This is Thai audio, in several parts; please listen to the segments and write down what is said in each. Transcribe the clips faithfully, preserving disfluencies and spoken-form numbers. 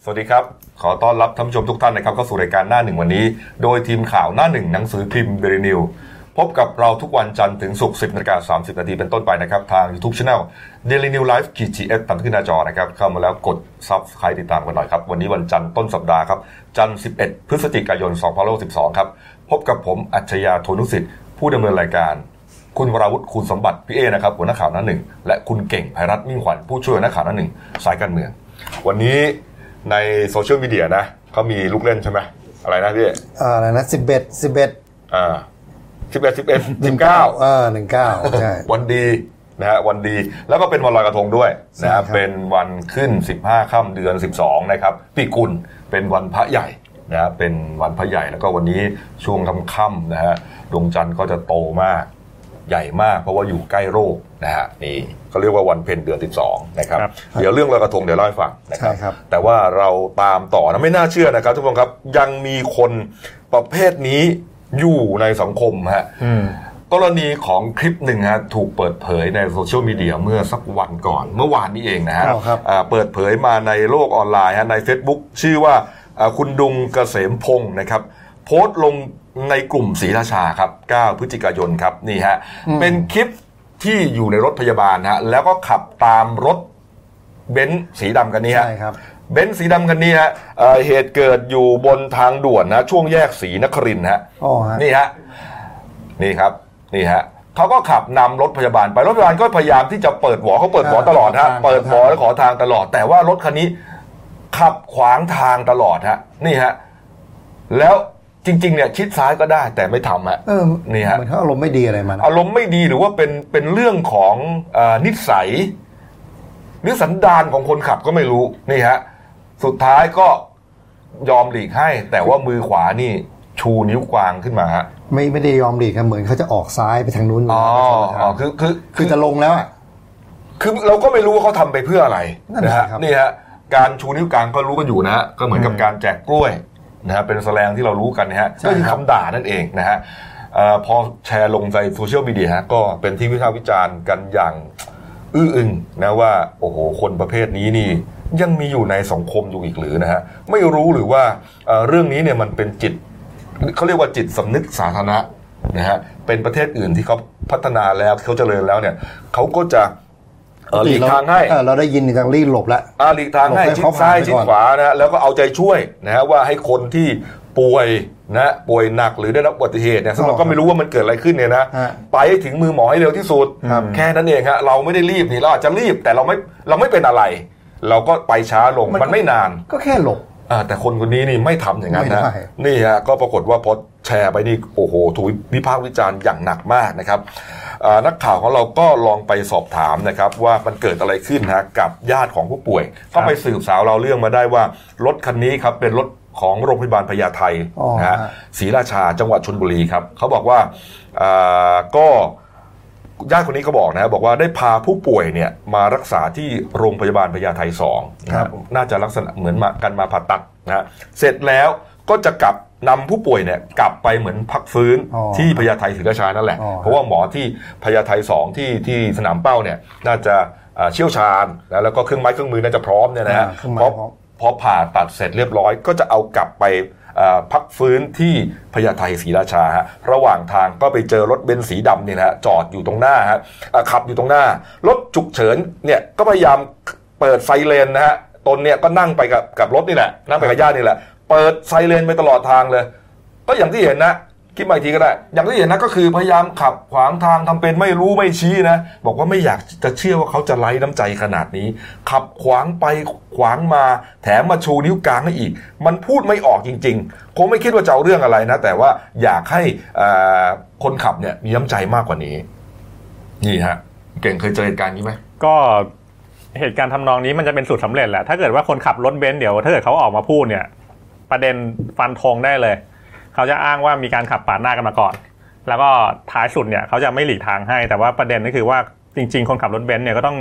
สวัสดีครับขอต้อนรับท่านผู้ชมทุกท่านนะครับเข้าสู่รายการหน้าหนึ่งวันนี้โดยทีมข่าวหน้าหนึ่งหนังสือพิมพ์ Daily News พบกับเราทุกวันจันทร์ถึงศุกร์ สิบนาฬิกาสามสิบนาทีเป็นต้นไปนะครับทาง YouTube Channel Daily News Live จี เอส ตามขึ้นหน้าจอนะครับเข้ามาแล้วกด Subscribe ติดตามกันหน่อยครับวันนี้วันจันทร์ต้นสัปดาห์ครับจันทร์สิบเอ็ดพฤศจิกายนสองพันห้าร้อยสิบสองครับพบกับผมอัจฉริยะ โทนุสิทธิ์ผู้ดำเนินรายการคุณวราวุฒิคุณสมบัติพี่เอนะครับหัวหน้าข่าวหน้าหนึ่งและคุณเก่งไพรัตน์มิ่งขวัญผู้ช่วยหัวหน้าข่าวหน้าหนึ่งสายการเมืองวันนี้ในโซเชียลมีเดียนะเขามีลูกเล่นใช่ไหมอะไรนะพี่อะไรนะสิบเอ็ดสิบเอ็ดอ่าสิบเอ็ดสิบเอ็ดสิบเก้าเออหนึ่งเก้าใช่วันดีนะฮะวันดีแล้วก็เป็นวันลอยกระทงด้วยนะครับเป็นวันขึ้นสิบห้าค่ำเดือนสิบสองนะครับปีกุลเป็นวันพระใหญ่นะเป็นวันพระใหญ่แล้วก็วันนี้ช่วงค่ำๆนะฮะดวงจันทร์ก็จะโตมากใหญ่มากเพราะว่าอยู่ใกล้โลกนะฮะนี่เขาเรียกว่าวันเพ็ญเดือนสิบสองนะครับเดี๋ยวเรื่องลอยกระทงเดี๋ยวเล่าให้ฟังนะครับแต่ว่าเราตามต่อนะไม่น่าเชื่อนะครับทุกคนครับยังมีคนประเภทนี้อยู่ในสังคมฮะกรณีของคลิปหนึ่งฮะถูกเปิดเผยในโซเชียลมีเดียเมื่อสักวันก่อนเมื่อวานนี้เองนะฮะเปิดเผยมาในโลกออนไลน์ฮะใน Facebook ชื่อว่าคุณดุงเกษมพงศ์นะครับโพสต์ลงในกลุ่มศรีราชาครับเก้าพฤศจิกายนครับนี่ฮะเป็นคลิปที่อยู่ในรถพยาบาลฮะแล้วก็ขับตามรถเบนซ์สีดำคันนี้ฮะเบนซ์สีดำคันนี้ฮะเหตุเกิดอยู่บนทางด่วนนะช่วงแยกศรีนครินทร์ฮะนี่ฮะนี่ครับนี่ฮะเขาก็ขับนำรถพยาบาลไปรถพยาบาลก็พยายามที่จะเปิดหวอเขาเปิดหวอตลอดฮะเปิดหวอแล้วขอทางตลอดแต่ว่ารถคันนี้ขับขวางทางตลอดฮะนี่ฮะแล้วจริงๆเนี่ยชิดซ้ายก็ได้แต่ไม่ทำฮะนี่ฮะเหมือนเขาอารมณ์ไม่ดีอะไรมาอารมณ์ไม่ดีหรือว่าเป็นเป็นเรื่องของเอ่อนิสัยหรือสันดานของคนขับก็ไม่รู้นี่ฮะสุดท้ายก็ยอมหลีกให้แต่ว่ามือขวานี่ชูนิ้วกลางขึ้นมาฮะไม่ไม่ได้ยอมหลีกครับเหมือนเขาจะออกซ้ายไปทางนู้นอ๋ออ๋อคือคือคือจะลงแล้วอ่ะคือเราก็ไม่รู้ว่าเขาทำไปเพื่ออะไรนะฮะนี่ฮะการชูนิ้วกลางก็รู้กันอยู่นะฮะก็เหมือนกับการแจกกล้วยนะฮะเป็นแสลงที่เรารู้กันนะฮะก็คือคำด่านั่นเองนะฮะพอแชร์ลงในโซเชียลมีเดียฮะก็เป็นที่วิพากษ์วิจารณ์กันอย่างอื้ออึงนะว่าโอ้โหคนประเภทนี้นี่ยังมีอยู่ในสังคมอยู่อีกหรือนะฮะไม่รู้หรือว่าเรื่องนี้เนี่ยมันเป็นจิตเขาเรียกว่าจิตสำนึกสาธารณะนะฮะเป็นประเทศอื่นที่เขาพัฒนาแล้วเขาเจริญแล้วเนี่ยเขาก็จะหลีกทางให้เราได้ยินทางรีบหลบแล้วหลีกทางให้ชิดซ้ายชิดขวานะแล้วก็เอาใจช่วยนะฮะว่าให้คนที่ป่วยนะป่วยหนักหรือได้รับอุบัติเหตุเนี่ยซึ่งเราก็ไม่รู้ว่ามันเกิดอะไรขึ้นเนี่ยนะไปให้ถึงมือหมอให้เร็วที่สุดแค่นั้นเองฮะเราไม่ได้รีบนี่เราอาจจะรีบแต่เราไม่เราไม่เป็นอะไรเราก็ไปช้าลงมันไม่นานก็แค่หลบแต่คนคนนี้นี่ไม่ทำอย่างนั้นนะนี่ฮะก็ปรากฏว่าพอแชร์ไปนี่โอ้โหถูกวิพากษ์วิจารณ์อย่างหนักมากนะครับนักข่าวของเราก็ลองไปสอบถามนะครับว่ามันเกิดอะไรขึ้นฮะกับญาติของผู้ป่วยก็ไปสืบสาวเราเรื่องมาได้ว่ารถคันนี้ครับเป็นรถของโรงพยาบาลพญาไทนะฮะศรีราชาจังหวัดชลบุรีครับเขาบอกว่าก็ญาติคนนี้เขาบอกนะบอกว่าได้พาผู้ป่วยเนี่ยมารักษาที่โรงพยาบาลพญาไทสองนะครับน่าจะลักษณะเหมือนมากันมาผ่าตัดนะเสร็จแล้วก็จะกลับนำผู้ป่วยเนี่ยกลับไปเหมือนพักฟื้นที่พญาไทศรีราชานั่นแหละเพราะว่าหมอที่พญาไทสองที่ที่สนามเป้าเนี่ยน่าจะเชี่ยวชาญแล้วก็เครื่องไม้เครื่องมือน่าจะพร้อมเนี่ยนะฮะเพราะพอผ่าตัดเสร็จเรียบร้อยก็จะเอากลับไปพักฟื้นที่พญาไทศรีราชาฮะระหว่างทางก็ไปเจอรถเบนซ์สีดำเนี่ยนะจอดอยู่ตรงหน้าฮะขับอยู่ตรงหน้ารถฉุกเฉินเนี่ยก็พยายามเปิดไซเรนนะฮะตนเนี่ยก็นั่งไปกับกับรถนี่แหละนั่งไปกับญาตินี่แหละเปิดไซเรนไปตลอดทางเลยก็อย่างที่เห็นนะคิดมาอีกทีก็ได้อย่างที่เห็นนะก็คือพยายามขับขวางทางทำเป็นไม่รู้ไม่ชี้นะบอกว่าไม่อยากจะเชื่อว่าเขาจะไร้น้ำใจขนาดนี้ขับขวางไปขวางมาแถมมาชูนิ้วกลางให้อีกมันพูดไม่ออกจริงๆคงไม่คิดว่าจะเอาเรื่องอะไรนะแต่ว่าอยากให้คนขับเนี่ยมีน้ำใจมากกว่านี้นี่ฮะเก่งเคยเจอเหตุการณ์นี้ไหมก็เหตุการณ์ทำนองนี้มันจะเป็นสูตรสำเร็จแหละถ้าเกิดว่าคนขับรถเบนซ์เดี๋ยวถ้าเกิดเขาออกมาพูดเนี่ยประเด็นฟันธงได้เลยเขาจะอ้างว่ามีการขับปาดหน้ากันมาก่อนแล้วก็ท้ายสุดเนี่ยเขาจะไม่หลีกทางให้แต่ว่าประเด็นก็คือว่าจริงๆคนขับรถเบนซ์เนี่ยก็ต้อง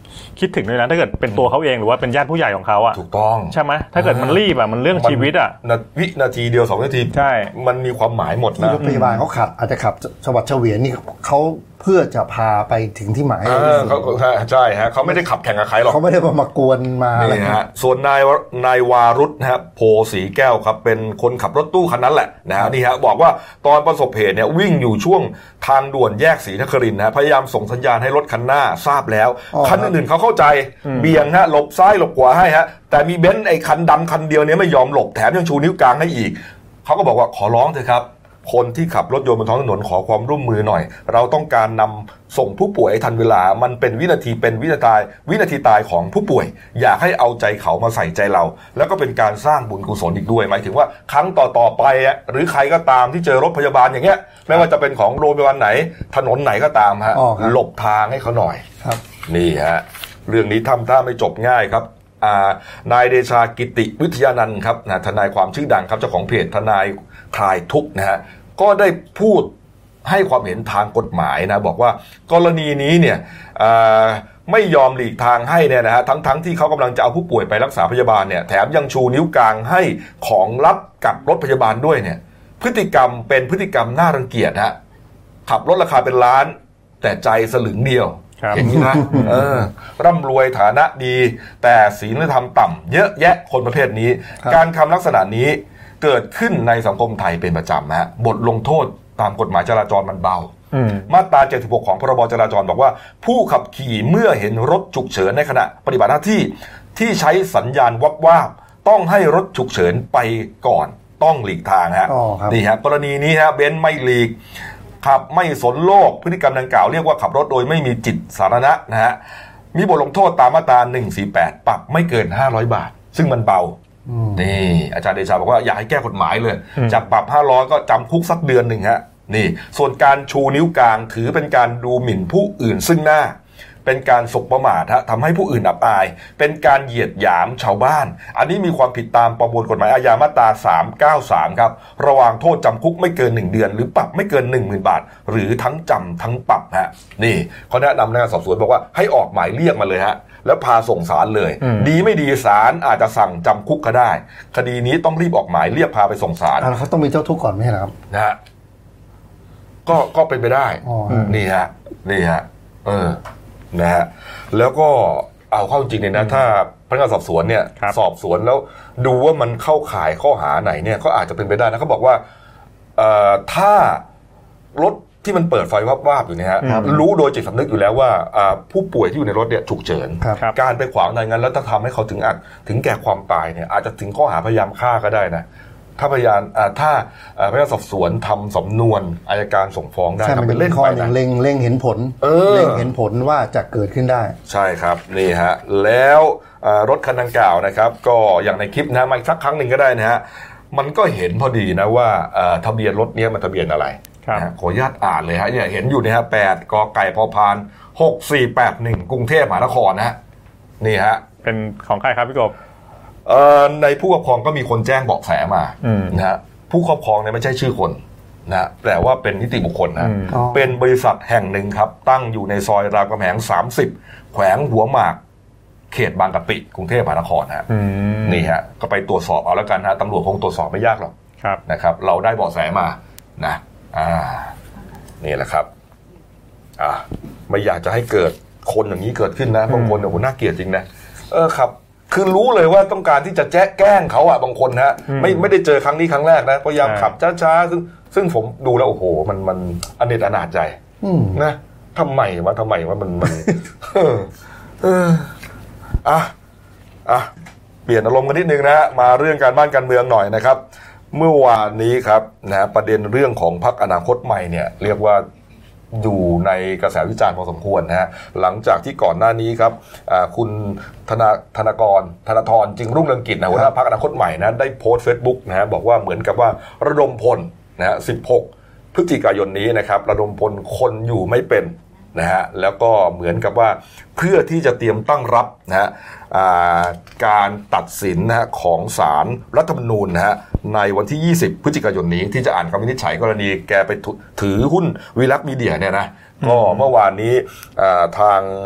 คิดถึงด้วยนะถ้าเกิดเป็นตัวเขาเองหรือว่าเป็นญาติผู้ใหญ่ของเขาอ่ะถูกต้องใช่ไหมถ้าเกิดมันรีบอ่ะมันเรื่องชีวิตอ่ะวินาทีเดียวสองนาทีใช่มันมีความหมายหมดนะรถพยาบาลเขาขับอาจจะขับฉวัดเฉวียนนี่เขาเพื่อจะพาไปถึงที่หมายเขาใช่ฮะเขาไม่ได้ขับแข่งกับใครหรอกเขาไม่ได้มากวนมาอะไรนะฮะส่วนนายนายวารุธนะฮะโพสีแก้วครับเป็นคนขับรถตู้คันนั้นแหละนะฮะนี่ฮะบอกว่าตอนประสบเหตุเนี่ยวิ่งอยู่ช่วงทางด่วนแยกศรีนครินทร์นะฮะพยายามส่งสัญญาณให้รถคันหน้าทราบแล้วคันอื่นๆเขาเข้าใจเบี่ยงฮะหลบซ้ายหลบขวาให้ฮะแต่มีเบนซ์ไอ้คันดำคันเดียวเนี่ยไม่ยอมหลบแถมยังชูนิ้วกลางให้อีกเขาก็บอกว่าขอร้องเถอะครับคนที่ขับรถยนต์บนท้องถนนขอความร่วมมือหน่อยเราต้องการนำส่งผู้ป่วยให้ทันเวลามันเป็นวินาทีเป็นวินาทีตายวินาทีตายของผู้ป่วยอยากให้เอาใจเขามาใส่ใจเราแล้วก็เป็นการสร้างบุญกุศลอีกด้วยหมายถึงว่าครั้งต่อๆไปหรือใครก็ตามที่เจอรถพยาบาลอย่างเงี้ยไม่ว่าจะเป็นของโรงพยาบาลไหนถนนไหนก็ตามฮะหลบทางให้เขาหน่อยครับนี่ฮะเรื่องนี้ทำท่าไม่จบง่ายครับนายเดชากิติวิทยานันท์ครับทนายความชื่อดังครับเจ้าของเพจทนายคลายทุกข์นะฮะก็ได้พูดให้ความเห็นทางกฎหมายนะบอกว่ากรณีนี้เนี่ยไม่ยอมหลีกทางให้เนี่ยนะฮะทั้งทั้งที่เขากำลังจะเอาผู้ป่วยไปรักษาพยาบาลเนี่ยแถมยังชูนิ้วกลางให้ของลับกับรถพยาบาลด้วยเนี่ยพฤติกรรมเป็นพฤติกรรมน่ารังเกียจฮะขับรถราคาเป็นล้านแต่ใจสลึงเดียวอย่างนี้นะเออร่ำรวยฐานะดีแต่ศีลธรรมต่ำเยอะแยะคนประเภทนี้การทำลักษณะนี้เกิดขึ้นในสังคมไทยเป็นประจำนะบทลงโทษตามกฎหมายจราจรมันเบามาตราเจ็ดสิบหกของพรบจราจรบอกว่าผู้ขับขี่เมื่อเห็นรถฉุกเฉินในขณะปฏิบัติหน้าที่ที่ใช้สัญญาณวับวาบต้องให้รถฉุกเฉินไปก่อนต้องหลีกทางฮะนี่ฮะกรณีนี้ฮะเบนซ์ไม่หลีกขับไม่สนโลกพฤติกรรมดังกล่าวเรียกว่าขับรถโดยไม่มีจิตสาธารณะนะฮะมีบทลงโทษตามมาตราหนึ่งสี่แปดปรับไม่เกินห้าร้อยบาทซึ่งมันเบานี่อาจารย์เดชาบอกว่าอยากให้แก้กฎหมายเลยจากปรับห้าร้อยก็จำคุกสักเดือนหนึ่งฮะนี่ส่วนการชูนิ้วกลางถือเป็นการดูหมิ่นผู้อื่นซึ่งหน้าเป็นการสบประมาทฮะทำให้ผู้อื่นอับอายเป็นการเหยียดหยามชาวบ้านอันนี้มีความผิดตามประมวลกฎหมายอาญามาตราสามเก้าสามครับระวางโทษจำคุกไม่เกินหนึ่งเดือนหรือปรับไม่เกิน หนึ่งหมื่น บาทหรือทั้งจำทั้งปรับฮะนี่เขาแนะนำในการสอบสวนบอกว่าให้ออกหมายเรียกมาเลยฮะแล้วพาส่งศาลเลยดีไม่ดีศาลอาจจะสั่งจำคุกก็ได้คดีนี้ต้องรีบออกหมายเรียกพาไปส่งศาลเขาต้องมีเจ้าทุกข์ก่อนไหมครับนะฮะก็ก็เป็นไปได้นี่ฮะนี่ฮะเออนะฮะแล้วก็เอาเข้าจริงเนี่ยนะถ้าพนักงานสอบสวนเนี่ยสอบสวนแล้วดูว่ามันเข้าข่ายข้อหาไหนเนี่ยก็อาจจะเป็นไปได้นะเขาบอกว่าเอ่อถ้ารถที่มันเปิดไฟวาบๆอยู่เนี่ยฮะรู้โดยจิตสำนึกอยู่แล้วว่าผู้ป่วยที่อยู่ในรถเนี่ยฉุกเฉินการไปขวางในงั้นแล้วถ้าทำให้เขาถึงอาจถึงแก่ความตายเนี่ยอาจจะถึงข้อหาพยายามฆ่าก็ได้นะถ้าพยานถ้าพนักงานสอบสวนทำสำนวนอัยการส่งฟ้องได้ทำเป็นเล่นข้อหนึ่งเล็งเล็งเห็นผลเล็งเห็นผลว่าจะเกิดขึ้นได้ใช่ครับนี่ฮะแล้วรถคันดังกล่าวนะครับก็อย่างในคลิปนะมาอีกสักครั้งหนึ่งก็ได้นะฮะมันก็เห็นพอดีนะว่าทะเบียนรถนี้มันทะเบียนอะไรขออนุญาตอ่านเลยฮะเนี่ยเห็นอยู่เนี่ยฮะแปดกไก่พพานหกสี่แปดหนึ่งกรุงเทพมหานครนะฮะนี่ฮะเป็นของใครครับพี่กบในผู้ครอบครองก็มีคนแจ้งเบาะแสมานะฮะผู้ครอบครองเนี่ยไม่ใช่ชื่อคนนะแต่ว่าเป็นนิติบุคคลนะเป็นบริษัทแห่งหนึ่งครับตั้งอยู่ในซอยรามคำแหงสามสิบแขวงหัวหมากเขตบางกะปิกรุงเทพมหานครฮะนี่ฮะก็ไปตรวจสอบเอาแล้วกันฮะตำรวจคงตรวจสอบไม่ยากหรอกนะครับเราได้เบาะแสมานะอ่านี่แหละครับอ่าไม่อยากจะให้เกิดคนอย่างนี้เกิดขึ้นนะบางคนโอ้โหน่าเกลียดจริงนะเออครับคือรู้เลยว่าต้องการที่จะแจ้แกล้งเขาอะบางคนฮะไม่ไม่ได้เจอครั้งนี้ครั้งแรกนะพยายามขับช้าๆซึ่งซึ่งผมดูแล้วโอ้โหมันมันอเนจอนาจใจนะทำไมวะทำไมวะมันมันเออเอออ่ะอ่ะเปลี่ยนอารมณ์กันนิดนึงนะมาเรื่องการบ้านการเมืองหน่อยนะครับเมื่อวานนี้ครับนะประเด็นเรื่องของพรรคอนาคตใหม่เนี่ยเรียกว่าอยู่ในกระแสวิจารณ์พอสมควรนะฮะหลังจากที่ก่อนหน้านี้ครับคุณธนาธนากรธนาธรจึงรุ่งเรืองกิจนะหัวหน้าพรรคอนาคตใหม่นะได้โพสต์ Facebook นะฮะบอกว่าเหมือนกับว่าระดมพลนะฮะสิบหกพฤศจิกายนนี้นะครับระดมพลคนอยู่ไม่เป็นนะฮะแล้วก็เหมือนกับว่าเพื่อที่จะเตรียมตั้งรับนะฮะการตัดสินนะฮะของศาลรัฐธรรมนูญนะฮะในวันที่ยี่สิบพฤศจิกายนนี้ที่จะอ่านคำวินิจฉัยกรณีแกไปถือหุ้นวิลักษณ์มีเดียเนี่ยนะก็เมื่อวานนี้ทาง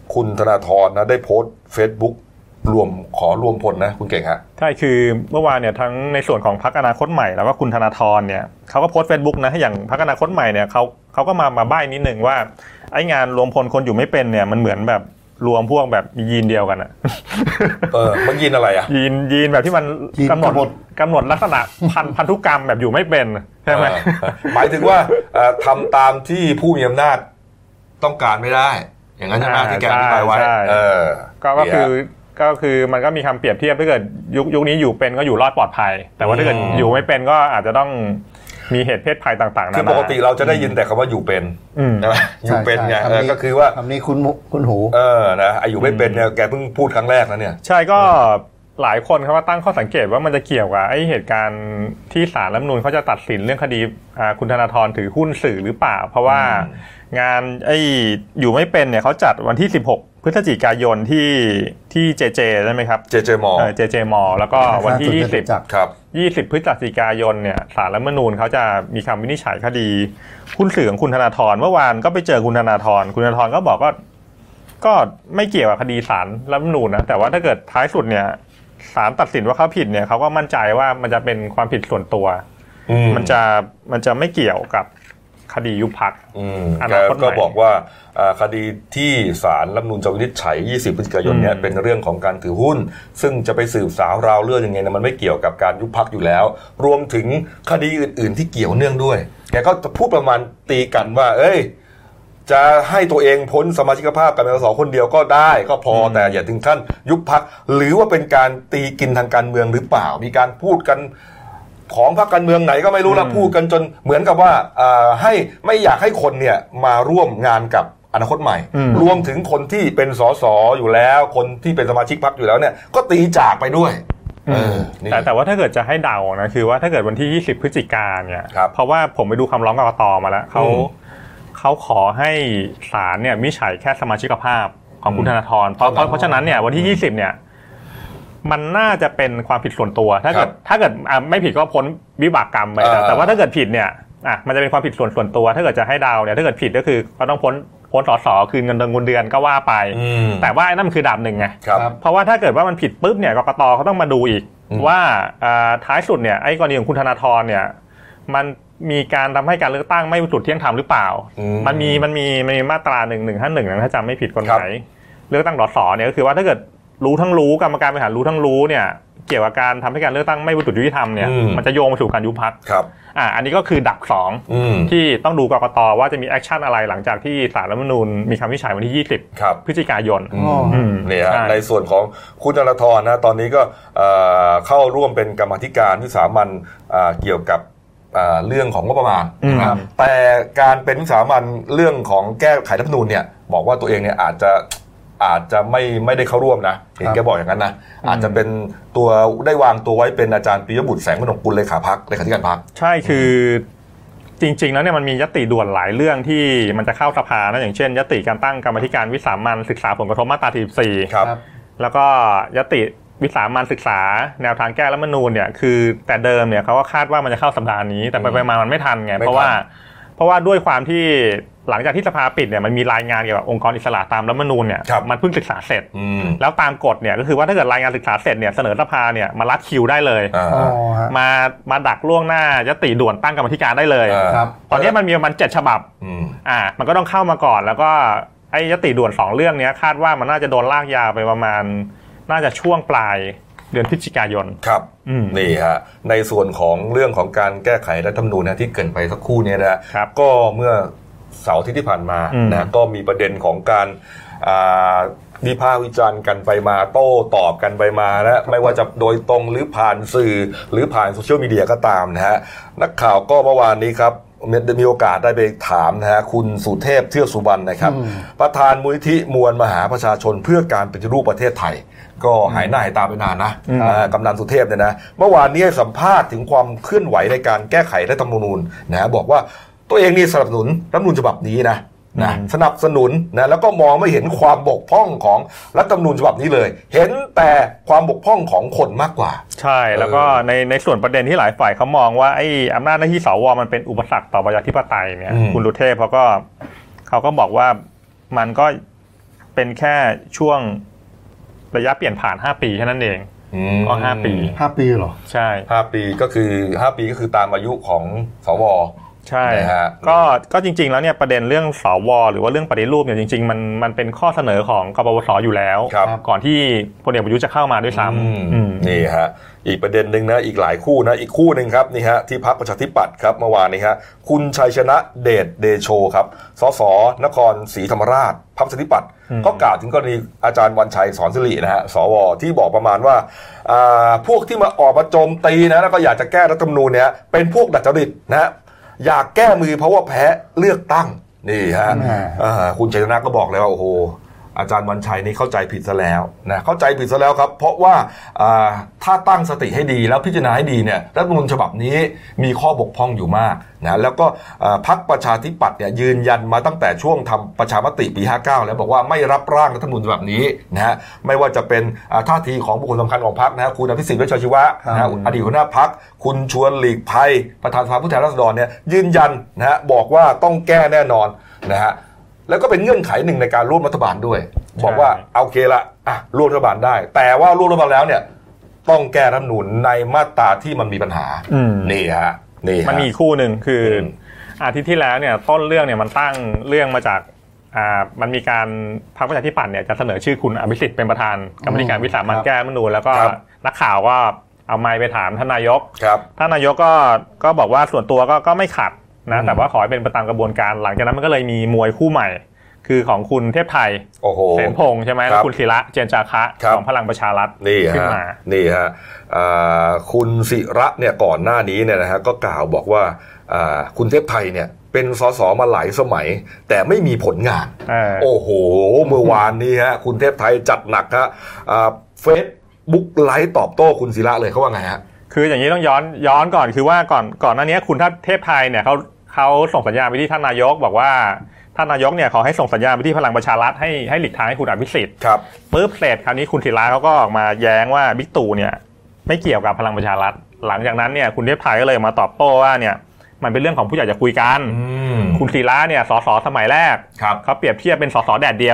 คุณธนาธรนะได้โพสต์ Facebook รวมขอรวมพลนะคุณเก่งฮะใช่คือเมื่อวานเนี่ยทั้งในส่วนของพรรคอนาคตใหม่แล้วก็คุณธนาธรเนี่ยเขาก็โพสต์ Facebook นะอย่างพรรคอนาคตใหม่เนี่ยเขาเขาก็มามาใบ้นิดนึงว่าไอ้งานรวมพลคนอยู่ไม่เป็นเนี่ยมันเหมือนแบบรวมพวกแบบยีนเดียวกันอ่ะเออมันยีนอะไรอ่ะยีนยีนแบบที่มันกำหนดกำหนดลักษณะพันพันธุกรรมแบบอยู่ไม่เป็นใช่ไหมหมายถึงว่าทำตามที่ผู้มีอำนาจต้องการไม่ได้อย่างนั้นใช่ไหมที่แกอธิบายไว้เออก็คือก็คือมันก็มีคำเปรียบเทียบถ้าเกิดยุคยุคนี้อยู่เป็นก็อยู่รอดปลอดภัยแต่ว่าถ้าเกิดอยู่ไม่เป็นก็อาจจะต้องมีเหตุเพศภัยต่างๆนะคือปกติเราจะได้ยินแต่คำว่าอยู่เป็นใช่ไหมอยู่เป็นไงก็คือว่าคำนี้คุณคุณหูเออนะอายุไม่เป็นเนี่ยแกเพิ่งพูดครั้งแรกนะเนี่ยใช่ก็หลายคนเขาว่าตั้งข้อสังเกตว่ามันจะเกี่ยวกับไอ้เหตุการณ์ที่ศาลรัฐธรรมนูญเขาจะตัดสินเรื่องคดีคุณธนาธรถือหุ้นสื่อหรือเปล่าเพราะว่างานไอ้อยู่ไม่เป็นเนี่ยเขาจัดวันที่สิบหกพฤศจิกายนที่ที่ เจ เจ ใช่ไหมครับเจ เจ Mall เออ เจ เจ Mall แล้วก็วันที่ยี่สิบครับยี่สิบพฤศจิกายนเนี่ยศาลรัฐธรรมนูญเขาจะมีคำวินิจฉัยคดีหุ้นสื่อของคุณธนาธรเมื่อวานก็ไปเจอคุณธนาธรคุณธนาธรก็บอกว่าก็ไม่เกี่ยวกับคดีศาลรัฐธรรมนูญนะแต่ว่าถ้าเกิดท้ายสุดเนี่ยศาลตัดสินว่าเขาผิดเนี่ยเขาก็มั่นใจว่ามันจะเป็นความผิดส่วนตัวมันจะมันจะไม่เกี่ยวกับคดียุบพรรคก็บอกว่าคดีที่ศาลรัฐธรรมนูญจะวินิจฉัยยี่สิบพฤศจิกายนเนี่ยเป็นเรื่องของการถือหุ้นซึ่งจะไปสืบสาวราวเรื่องยังไงนะมันไม่เกี่ยวกับการยุบพรรคอยู่แล้วรวมถึงคดีอื่นๆที่เกี่ยวเนื่องด้วยแกก็จะพูดประมาณตีกันว่าเอ้ยจะให้ตัวเองพ้นสมาชิกภาพการเป็นส.คนเดียวก็ได้ก็พอแต่อย่าถึงขั้นยุบพรรคหรือว่าเป็นการตีกินทางการเมืองหรือเปล่ามีการพูดกันของพรรคการเมืองไหนก็ไม่รู้ละพูดกันจนเหมือนกับว่าให้ไม่อยากให้คนเนี่ยมาร่วมงานกับอนาคตใหม่รวมถึงคนที่เป็นสสอยู่แล้วคนที่เป็นสมาชิกพรรคอยู่แล้วเนี่ยก็ตีจากไปด้วยแต่แต่ว่าถ้าเกิดจะให้เดานะคือว่าถ้าเกิดวันที่ยี่สิบพฤศจิกายนเนี่ยเพราะว่าผมไปดูคำร้องกกต.มาแล้วเขาเขาขอให้ศาลเนี่ยวินิจฉัยแค่สมาชิกภาพของคุณธนาธรเพราะเพราะฉะนั้นเนี่ยวันที่ยี่สิบเนี่ยมันน่าจะเป็นความผิดส่วนตัวถ้าเกิดถ้าเกิดไม่ผิดก็พ้นวิบากกรรมไปแต่ว่าถ้าเกิดผิดเนี่ยอ่ะมันจะเป็นความผิดส่วนส่วนตัวถ้าเกิดจะให้ดาวเนี่ยถ้าเกิดผิดก็คือก็ต้องพ้นพ้นสสคืนเงินเดือนเงินเดือนก็ว่าไปแต่ว่าไอ้นั่นมันคือดาบหนึ่งไงเพราะว่าถ้าเกิดว่ามันผิดปุ๊บเนี่ยกกตเขาต้องมาดูอีกว่าท้ายสุดเนี่ยไอ้กรณีของคุณธนาธรเนี่ยมันมีการทำให้การเลือกตั้งไม่บริสุทธิ์เที่ยงธรรมหรือเปล่ามันมีมันมีมันมีมาตราหนึ่งหนึ่งห้าหนึ่งนะถ้าจำไม่ผิดกฎหมายเลือกตั้งสสเนี่ยก็คือว่าถ้าเกิดรู้ทั้งรู้กรรมการบริหารรู้ทั้งรู้เนี่ยเกี่ยวกับการทำให้การเลือกตั้งไม่บริสุทธิ์ยุติธรรมเนี่ยมันจะโยงไปสู่การยุบพรรคครับอ่าอันนี้ก็คือดับสองที่ต้องดูกกต.ว่าจะมีแอคชั่นอะไรหลังจากที่ศาลรัฐธรรมนูญมีคำวินิจฉัยวันที่ยี่สิบพฤศจิกายนเนี่ยในส่วนของคุณธนาธรนะตอนนี้ก็เข้าร่วมเป็นกรรมาธิการวิสามัญเกี่ยวกับเรื่องของงบประมาณนะครับแต่การเป็นวิสามัญเรื่องของแก้ไขรัฐธรรมนูญเนี่ยบอกว่าตัวเองเนี่ยอาจจะอาจจะไม่ไม่ได้เข้าร่วมนะเห็นแกบอกอย่างนั้นนะอาจจะเป็นตัวได้วางตัวไว้เป็นอาจารย์ปิยบุตรแสงมนกุลเลขาพรรคเลขาธิการพรรคใช่คือจริงๆแล้วเนี่ยมันมียติด่วนหลายเรื่องที่มันจะเข้าสภานะอย่างเช่นยติการตั้งกรรมธิการวิสามัญศึกษาผลกระทบมาตราที่สิบสี่ครับแล้วก็ยติวิสามัญศึกษาแนวทางแก้รัฐธรรมนูญเนี่ยคือแต่เดิมเนี่ยเขาก็คาดว่ามันจะเข้าสัปดาห์นี้แต่ไปๆมามันไม่ทันไงเพราะว่าเพราะว่าด้วยความที่หลังจากที่สภาปิดเนี่ยมันมีรายงานเกี่ยวกับองค์กรอิสระตามรัฐธรรมนูญเนี่ยมันเพิ่งศึกษาเสร็จแล้วตามกฎเนี่ยก็คือว่าถ้าเกิดรายงานศึกษาเสร็จเนี่ยเสนอสภาเนี่ยมารัดคิวได้เลยมามาดักล่วงหน้ายติด่วนตั้งกรรมธิการได้เลยตอนนี้มันมีประมาณเจ็ดฉบับอ่ามันก็ต้องเข้ามาก่อนแล้วก็ไอ้ยติด่วนสองเรื่องนี้คาดว่ามันน่าจะโดนลากยาวไปประมาณน่าจะช่วงปลายเดือนพฤศจิกายนครับนี่ฮะในส่วนของเรื่องของการแก้ไขรัฐธรรมนูญนะที่เกินไปสักครู่นี้นะก็เมื่อเสาร์ที่ผ่านมานะก็มีประเด็นของการวิพากษ์วิจารณ์กันไปมาโต้ตอบกันไปมานะไม่ว่าจะโดยตรงหรือผ่านสื่อหรือผ่านโซเชียลมีเดียก็ตามนะฮะนักข่าวก็เมื่อวานนี้ครับมีโอกาสได้ไปถามนะฮะคุณสุเทพเทือกสุบรรณนะครับประธานมูลนิธิมวลมหาประชาชนเพื่อการปฏิรูปประเทศไทยก็หายหน้าหายตาไปนานนะกำนันสุเทพเนี่ยนะเมื่อวานนี้สัมภาษณ์ถึงความเคลื่อนไหวในการแก้ไขรัฐธรรมนูญนะบอกว่าตัวเองนี่สนับสนุนรัฐธรรมนูญฉบับนี้นะนะสนับสนุนนะแล้วก็มองไม่เห็นความบกพร่องของรัฐธรรมนูญฉบับนี้เลยเห็นแต่ความบกพร่องของคนมากกว่าใช่แล้วก็ในในส่วนประเด็นที่หลายฝ่ายเขามองว่าไอ้อำนาจหน้าที่สวมันเป็นอุปสรรคต่อประชาธิปไตยเนี่ยคุณสุเทพเขาก็เขาก็บอกว่ามันก็เเป็นแค่ช่วงระยะเปลี่ยนผ่านห้าปีแค่นั้นเองก็ห้าปีห้าปีเหรอใช่ห้าปีก็คือห้าปีก็คือตามอายุของสวใช่ก็ก็จริงๆแล้วเนี่ยประเด็นเรื่องสวหรือว่าเรื่องปฏิรูปเนี่ยจริงๆมันมันเป็นข้อเสนอของกปปสอยู่แล้วก่อนที่พลเอกประยุทธ์จะเข้ามาด้วยซ้ำนี่ฮะอีกประเด็นหนึ่งนะอีกหลายคู่นะอีกคู่หนึ่งครับนี่ฮะที่พรรคประชาธิปัตย์ครับเมื่อวานนี้ฮะคุณชัยชนะเดชเดโชครับสสนครศรีธรรมราชพรรคประชาธิปัตย์ก็กล่าวถึงกรณีอาจารย์วันชัยสอนสิรินะฮะสวที่บอกประมาณว่าพวกที่มาออกมาโจมตีนะแล้วก็อยากจะแก้รัฐธรรมนูญเนี่ยเป็นพวกดัดจริตนะอยากแก้มือเพราะว่าแพ้เลือกตั้งนี่ฮะคุณชัยชนะก็บอกเลยว่าโอ้โหอาจารย์วันชัยนี่เข้าใจผิดซะแล้วนะเข้าใจผิดซะแล้วครับเพราะว่าถ้าตั้งสติให้ดีแล้วพิจารณาให้ดีเนี่ยรัฐธรรมนูญฉบับนี้มีข้อบกพร่องอยู่มากนะแล้วก็พรรคประชาธิปัตย์เนี่ยยืนยันมาตั้งแต่ช่วงทำประชามติปีห้าเก้าแล้วบอกว่าไม่รับร่างรัฐธรรมนูญฉบับนี้นะฮะไม่ว่าจะเป็นท่าทีของบุคคลสำคัญของพรรคนะฮะคุณอภิสิทธิ์เวชชชีวะนะอดีตหัวหน้าพรรคคุณชวนหลีกภัยประธานสภาผู้แทนราษฎรเนี่ยยืนยันนะฮะบอกว่าต้องแก้แน่นอนนะฮะแล้วก็เป็นเงื่อนไขหนึ่งในการร่วมรัฐบาลด้วยบอกว่าโอเคละอ่ะร่วมรัฐบาลได้แต่ว่าร่วมรัฐบาลแล้วเนี่ยต้องแก้รัฐธรรมนูญในมาตราที่มันมีปัญหานี่ฮะนี่มันมีคู่หนึ่งคืออาทิตย์ที่แล้วเนี่ยต้นเรื่องเนี่ยมันตั้งเรื่องมาจากอ่ามันมีการพรรคประชาธิปัตย์เนี่ยจะเสนอชื่อคุณอภิสิทธิ์เป็นประธานกรรมการวิสามัญแก้รัฐธรรมนูญแล้วก็นักข่าวก็เอาไมค์ไปถามท่านนายกท่านนายกก็ก็บอกว่าส่วนตัวก็ก็ไม่ขัดนะแต่ว่าขอให้เป็นไปตามกระบวนการหลังจากนั้นมันก็เลยมีมวยคู่ใหม่คือของคุณเทพไทยเสนพงษ์ใช่ไหมแล้วคุณศิระเจนจาคะของพลังประชารัฐขึ้นมานี่ฮะคุณศิระเนี่ยก่อนหน้านี้เนี่ยนะฮะก็กล่าวบอกว่าคุณเทพไทยเนี่ยเป็นสสมาหลายสมัยแต่ไม่มีผลงานโอ้โหเมื่อวานนี้ฮะคุณเทพไทยจัดหนักฮะเฟซบุ๊กไลฟ์ตอบโต้คุณศิระเลยเขาว่าไงฮะคืออย่างนี้ต้องย้อนย้อนก่อนคือว่าก่อนก่อนหน้านี้คุณเทพไทยเนี่ยเขาเขาส่งสัญญาณไปที่ท่านนายกบอกว่าท่านนายกเนี่ยขอให้ส่งสัญญาณไปที่พลังประชารัฐให้ให้หลีกทางให้คุณอภิสิทธิ์ครับปุ๊บเสร็จคราวนี้คุณศิระเขาก็ออกมาแย้งว่าบิ๊กตู่เนี่ยไม่เกี่ยวกับพลังประชารัฐหลังจากนั้นเนี่ยคุณเทพไทยก็เลยมาตอบโต้ว่าเนี่ยมันเป็นเรื่องของผู้ใหญ่จะคุยกันคุณศิระเนี่ยสสสมัยแรกเขาเปรียบเทียบเป็นสสแดดเดียว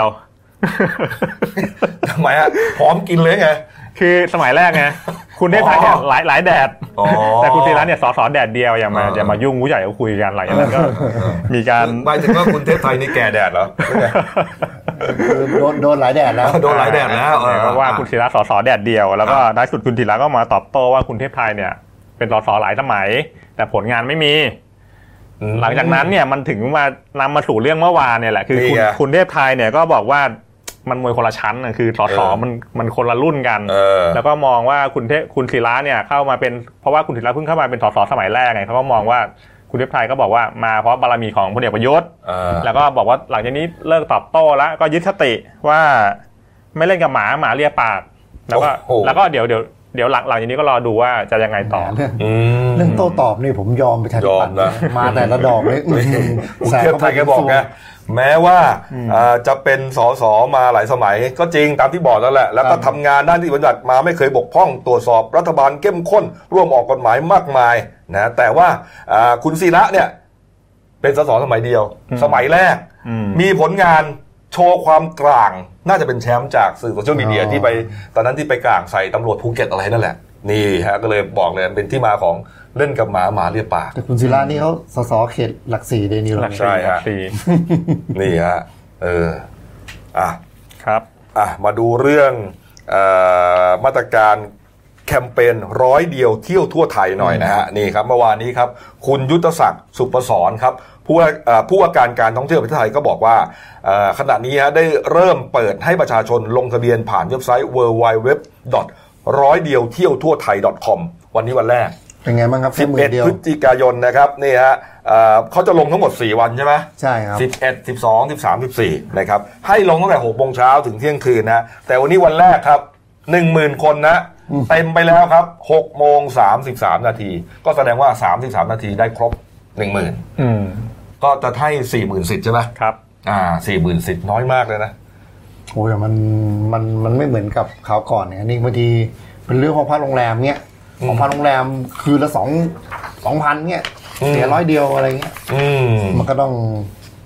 ทำไมฮะพร้อมกินเลยไงคือสมัยแรกไงคุณเทพไทยเนี่ยหลายหลายแดดแต่คุณศิระเนี่ยสสแดดเดียวอย่ามาอย่ามายุ่งผู้ใหญ่เขาคุยกันหลังจากนั้นก็มีการหมายถึงว่าคุณเทพไทยนี่แก่แดดเหรอโดนโดนหลายแดดแล้วโดนหลายแดดแล้วเพราะว่าคุณศิระสสแดดเดียวแล้วก็ท้ายสุดคุณศิระก็มาตอบโต้ว่าคุณเทพไทยเนี่ยเป็นสสหลายสมัยแต่ผลงานไม่มีหลังจากนั้นเนี่ยมันถึงมานำมาสู่เรื่องเมื่อวานเนี่ยแหละคือคุณคุณเทพไทยเนี่ยก็บอกว่ามันมวยคนละชั้นนะคือสสมันมันคนละรุ่นกันแล้วก็มองว่าคุณเทพคุณศิระเนี่ยเข้ามาเป็นเพราะว่าคุณศิระเพิ่งเข้ามาเป็นสสสมัยแรกไงเขาก็มองว่าคุณเทพไทยก็บอกว่ามาเพราะบารมีของพลเอกประยุทธ์แล้วก็บอกว่าหลังจากนี้เลิกตอบโต้แล้วก็ยึดคติว่าไม่เล่นกับหมาหมาเลียปากแล้วก็แล้วก็เดี๋ยวเดี๋ยวเดี๋ยวหลังหลังจากนี้ก็รอดูว่าจะยังไงต่อเรื่องโต้ตอบนี่ผมยอมไปทันทีมาแต่ละดอกเลยคุณเทพไทยแกบอกไงแม้ว่าจะเป็นสสมาหลายสมัยก็จริงตามที่บอกแล้วแหละแล้วก็ทำงานด้านที่บัญญัติมาไม่เคยบกพร่องตรวจสอบรัฐบาลเข้มข้นร่วมออกกฎหมายมากมายนะแต่ว่าคุณศิระเนี่ยเป็นสสสมัยเดียวสมัยแรกมีผลงานโชว์ความกลางน่าจะเป็นแชมป์จากสื่อโซเชียลมีเดียที่ไปตอนนั้นที่ไปกลางใส่ตำรวจภูเก็ตอะไรนั่นแหละนี่ฮะก็เลยบอกเลยเป็นที่มาของเล่นกับหมาหมาเลียปากแต่คุณศิระนี่เขาสสเขตหลักสี่เดนิลใช่ฮะนี่ฮะเอออ่ะครับอ่ะมาดูเรื่องเอ่อมาตรการแคมเปญร้อยเดียวเที่ยวทั่วไทยหน่อยนะฮะนี่ครับเมื่อวานนี้ครับคุณยุทธศักดิ์สุปสรครับผู้ว่าผู้ว่าการการท่องเที่ยวประเทศไทยก็บอกว่าขณะนี้ได้เริ่มเปิดให้ประชาชนลงทะเบียนผ่านเว็บไซต์ ดับเบิลยู ดับเบิลยู ดับเบิลยู ดอท ร้อยเดียวเที่ยวทั่วไทย ดอท คอม วันนี้วันแรกเป็นไงบ้างครับสิบเอ็ดพฤศจิกายนนะครับนี่ฮะเขาจะลงทั้งหมดสี่วันใช่ไหมใช่ครับสิบเอ็ด สิบสอง สิบสาม สิบสี่นะครับให้ลงตั้งแต่หกโมงเช้าถึงเที่ยงคืนนะแต่วันนี้วันแรกครับ หนึ่งหมื่น คนนะเต็มไปแล้วครับหกโมงสามสิบสามนาทีก็แสดงว่าสามสิบสามนาทีได้ครบ หนึ่งหมื่นอืมก็จะให้ สี่หมื่น สิทธิ์ใช่ไหมครับอ่า สี่หมื่น สิทธิ์น้อยมากเลยนะโอ้ยมันมันมันไม่เหมือนกับคราวก่อนเนี่ยนี่บางทีเป็นเรื่องของพักโรงแรมเนี้ยของพักโรงแรมคืนละสอง สองพันเงี้ยเสียร้อยเดียวอะไรเงี้ยมันก็ต้อง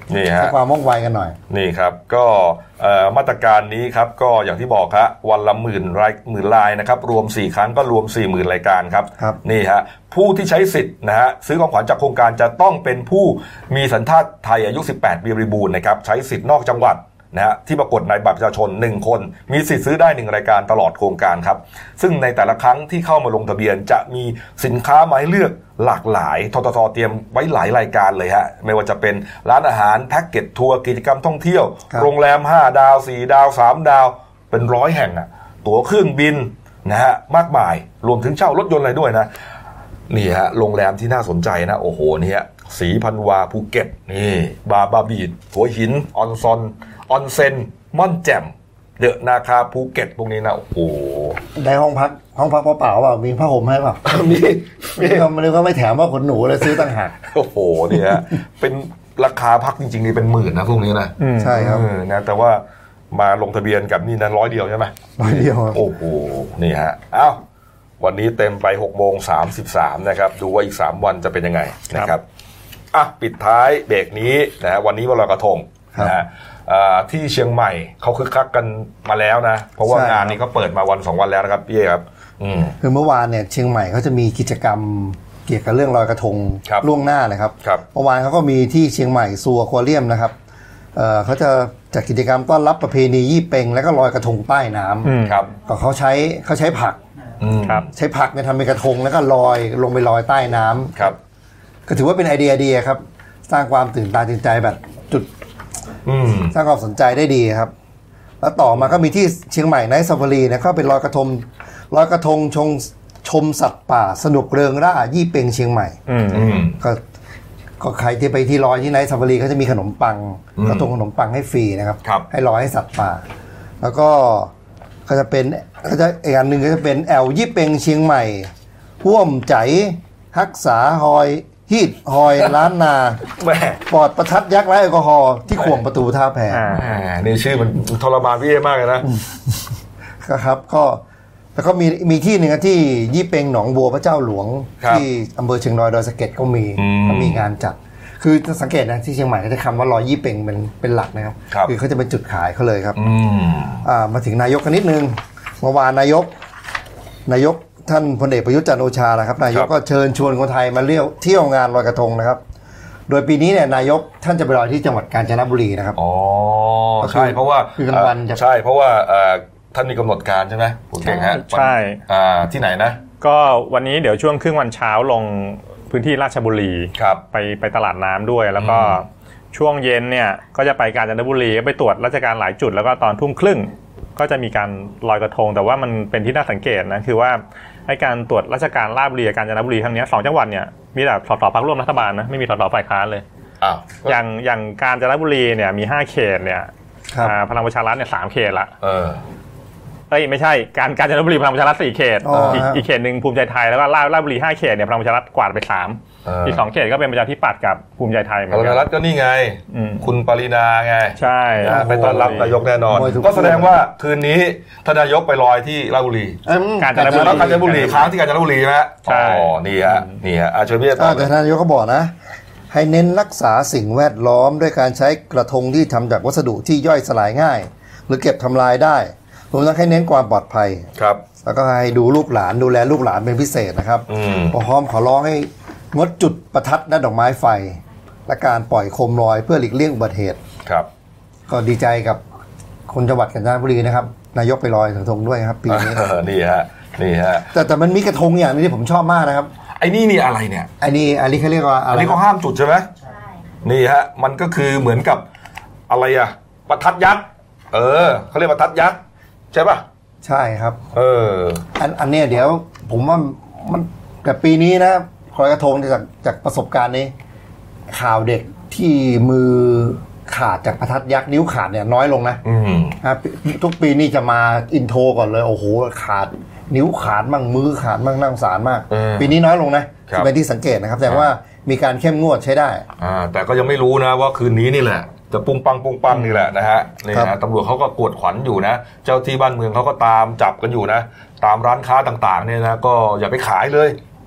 นี่ฮะความว่องไวกันหน่อยนี่ครับก็มาตรการนี้ครับก็อย่างที่บอกครับวันละหมื่นรายหมื่นรายนะครับรวมสี่ครั้งก็รวม สี่หมื่น รายการครับนี่ฮะผู้ที่ใช้สิทธิ์นะฮะซื้อของขวัญจากโครงการจะต้องเป็นผู้มีสัญชาติไทยอายุสิบแปดปีบริบูรณ์นะครับใช้สิทธิ์นอกจังหวัดนะฮะที่ปรากฏในบัตรประชาชนหนึ่งคนมีสิทธิ์ซื้อได้หนึ่งรายการตลอดโครงการครับซึ่งในแต่ละครั้งที่เข้ามาลงทะเบียนจะมีสินค้ามาให้เลือกหลากหลายททท.เตรียมไว้หลายรายการเลยฮะไม่ว่าจะเป็นร้านอาหารแพ็กเกจทัวร์กิจกรรมท่องเที่ยวโรงแรมห้าดาวสี่ดาวสามดาวเป็นร้อยแห่งอ่ะตั๋วเครื่องบินนะฮะมากมายรวมถึงเช่ารถยนต์อะไรด้วยนะนี่ฮะโรงแรมที่น่าสนใจนะโอ้โหเนี่ยสีพันวาภูเก็ตนี่บาบาบีดหัวหินออนซอนออนเซ็นม่อนแจ่มเดอะนาคาภูเก็ตพวกนี้นะโอ้โหได้ห้องพักห้องพักเปล่าๆเปล่ามีผ้าห่มให้เปล่ามีมีก็ไม่ได้ก็ไม่แถมว่าขนหนูเลยซื้อต่างหากโอ้โหเนี่ยเป็นราคาพักจริงๆนี่เป็นหมื่นนะพวกนี้นะใช่ครับนะแต่ว่ามาลงทะเบียนกับนี่นั้นร้อยเดียวใช่ไหมร้อยเดียวโอ้โหนี่ฮะอ้าววันนี้เต็มไปหกโมงสามสิบสามนะครับดูว่าอีกสามวันจะเป็นยังไงนะครับอ่ะปิดท้ายเบรกนี้นะวันนี้วันลอยกระทงนะฮะที่เชียงใหม่เขาคึกคักกันมาแล้วนะเพราะว่างานนี้เขาเปิดมาวันสองวันแล้วนะครับพี่เอครับคือเมื่อวานเนี่ยเชียงใหม่เขาจะมีกิจกรรมเกี่ยวกับเรื่องลอยกระทงล่วงหน้าเลยครับเมื่อวานเขาก็มีที่เชียงใหม่ซูอควาเรียมนะครับเขาจะจัดกิจกรรมต้อนรับประเพณียี่เป็งแล้วก็ลอยกระทงใต้น้ำครับก็เขาใช้เขาใช้ผักใช้ผักเนี่ยทำเป็นกระทงแล้วก็ลอยลงไปลอยใต้น้ำครับก็ถือว่าเป็นไอเดียดีครับสร้างความตื่นตาตื่นใจแบบจุดสร้างความสนใจได้ดีครับแล้วต่อมาก็มีที่เชียงใหม่ไนท์ซาฟารีนะก็เป็นลอยกระทงลอยกระทงชงชมสัตว์ป่าสนุกเริงร่ายี่เป็งเชียงใหม่ก็ก็ใครที่ไปที่ลอยที่ไนท์ซาฟารีเขาจะมีขนมปังกระทงขนมปังให้ฟรีนะครับให้ลอยให้สัตว์ป่าแล้วก็ก็จะเป็นก็จะอีกอันหนึ่งก็จะเป็นแอลยี่เป็งเชียงใหม่พ่วมใจฮักษาฮอยฮีดฮอยล้านนาปอดประทัดยักษ์ไร้แอลกอฮอล์ที่ข่วงประตูท่าแพนี่ชื่อมันทรมานพี่เอมากเลยนะครับก็แล้วก็มีมีที่หนึ่งที่ยี่เป็งหนองบัวพระเจ้าหลวงที่อำเภอเชียงดอยดอยสะเก็ดก็มีก็มีงานจัดคือสังเกตนะที่เชียงใหม่เขาจะคำว่าลอยยี่เป็งเป็นเป็นหลักนะครับคือเขาจะเป็นจุดขายเขาเลยครับมาถึงนายกกันนิดนึงเมื่อวานนายกนายกท่านพลเอกประยุทธ์จันทร์โอชานะครับนายกก็เชิญชวนคนไทยมาเที่ยวเที่ยวงานลอยกระทงนะครับโดยปีนี้เนี่ยนายกท่านจะไปลอยที่จังหวัดกาญจนบุรีนะครับอ๋อใช่เพราะว่าคือกลางวันใช่เพราะว่าท่านมีกำหนดการใช่ไหมคุณเก่งฮะใช่ที่ไหนนะก็วันนี้เดี๋ยวช่วงครึ่งวันเช้าลงพื้นที่ราชบุรีไปไปตลาดน้ำด้วยแล้วก็ช่วงเย็นเนี่ยก็จะไปกาญจนบุรีไปตรวจราชการหลายจุดแล้วก็ตอนทุ่มครึ่งก็จะมีการลอยกระทงแต่ว่ามันเป็นที่น่าสังเกตนะคือว่าให้การตรวจราชการราชบุรีกาญจนบุรีครั้งนี้สองจังหวัดเนี่ยมีแต่สสพรรคร่วมรัฐบาลนะไม่มีสสฝ่ายค้านเลยอ้าวอย่างอย่างกาญจนบุรีเนี่ยมีห้าเขตเนี่ยพลังประชารัฐเนี่ยสามเขตละเออเอ้ยไม่ใช่การกาญจนบุรีพลังประชารัฐสี่เขตอีกเขตนึงภูมิใจไทยแล้วก็ราชบุรีห้าเขตเนี่ยพลังประชารัฐกวาดไปสามอีกสองเขตก็เป็นประชาธิปัตย์กับภูมิใจไทยเหมือนกันพลังประชารัฐก็นี่ไงคุณปรินาไงใช่ไปต้อนรับนายกแน่นอนก็แสดงว่าคืนนี้ท่านนายกไปลอยที่ราชบุรีกาญจนบุรีกาญจนบุรีค้างที่กาญจนบุรีนะอ๋อนี่ฮะนี่ฮะอาชญ์เบี้ยต่อแต่ท่านนายกก็บอกนะให้เน้นรักษาสิ่งแวดล้อมด้วยการใช้กระทงที่ทำจากวัสดุที่ย่อยสลายง่ายหรือเก็บทำลายได้รวมทั้งให้เน้นความปลอดภัยครับแล้วก็ให้ดูลูกหลานดูแลลูกหลานเป็นพิเศษนะครับพร้อมขอร้องให้งดจุดประทัดและดอกไม้ไฟและการปล่อยโคมลอยเพื่อหลีกเลี่ยงอุบัติเหตุครับก็ดีใจกับคนจังหวัดกาญจนบุรีนะครับนายกไปลอยกระทงด้วยครับปีนี้นี่ฮะนี่ฮะแต่แต่มันมีกระทงอย่างนึงที่ผมชอบมากนะครับไอ้นี่นี่อะไรเนี่ยไอ้นี่อันนี้เขาเรียกว่าอะไรอันนี้เขาห้ามจุดใช่ไหมใช่นี่ฮะมันก็คือเหมือนกับอะไรอะประทัดยักษ์เออเขาเรียกประทัดยักษ์ใช่ป่ะใช่ครับเอออันอันเนี้ยเดี๋ยวผมว่ามันแต่ปีนี้นะลอยกระทงจากจากประสบการณ์นี้ข่าวเด็กที่มือขาดจากประทัดยักษ์นิ้วขาดเนี่ยน้อยลงนะครับทุกปีนี่จะมาอินโทรก่อนเลยโอ้โหขาดนิ้วขาดมั่งมือขาดมั่งน่าสงสารมากปีนี้น้อยลงนะเป็นที่สังเกตนะครับแต่ว่ามีการเข้มงวดใช้ได้อ่าแต่ก็ยังไม่รู้นะว่าคืนนี้นี่แหละจะปุ้งปังปุ้งปังนี่แหละนะฮะนี่ฮะตำรวจเขาก็กวดขวัญอยู่นะเจ้าที่บ้านเมืองเขาก็ตามจับกันอยู่นะตามร้านค้าต่างๆเนี่ยนะก็อย่าไปขายเลย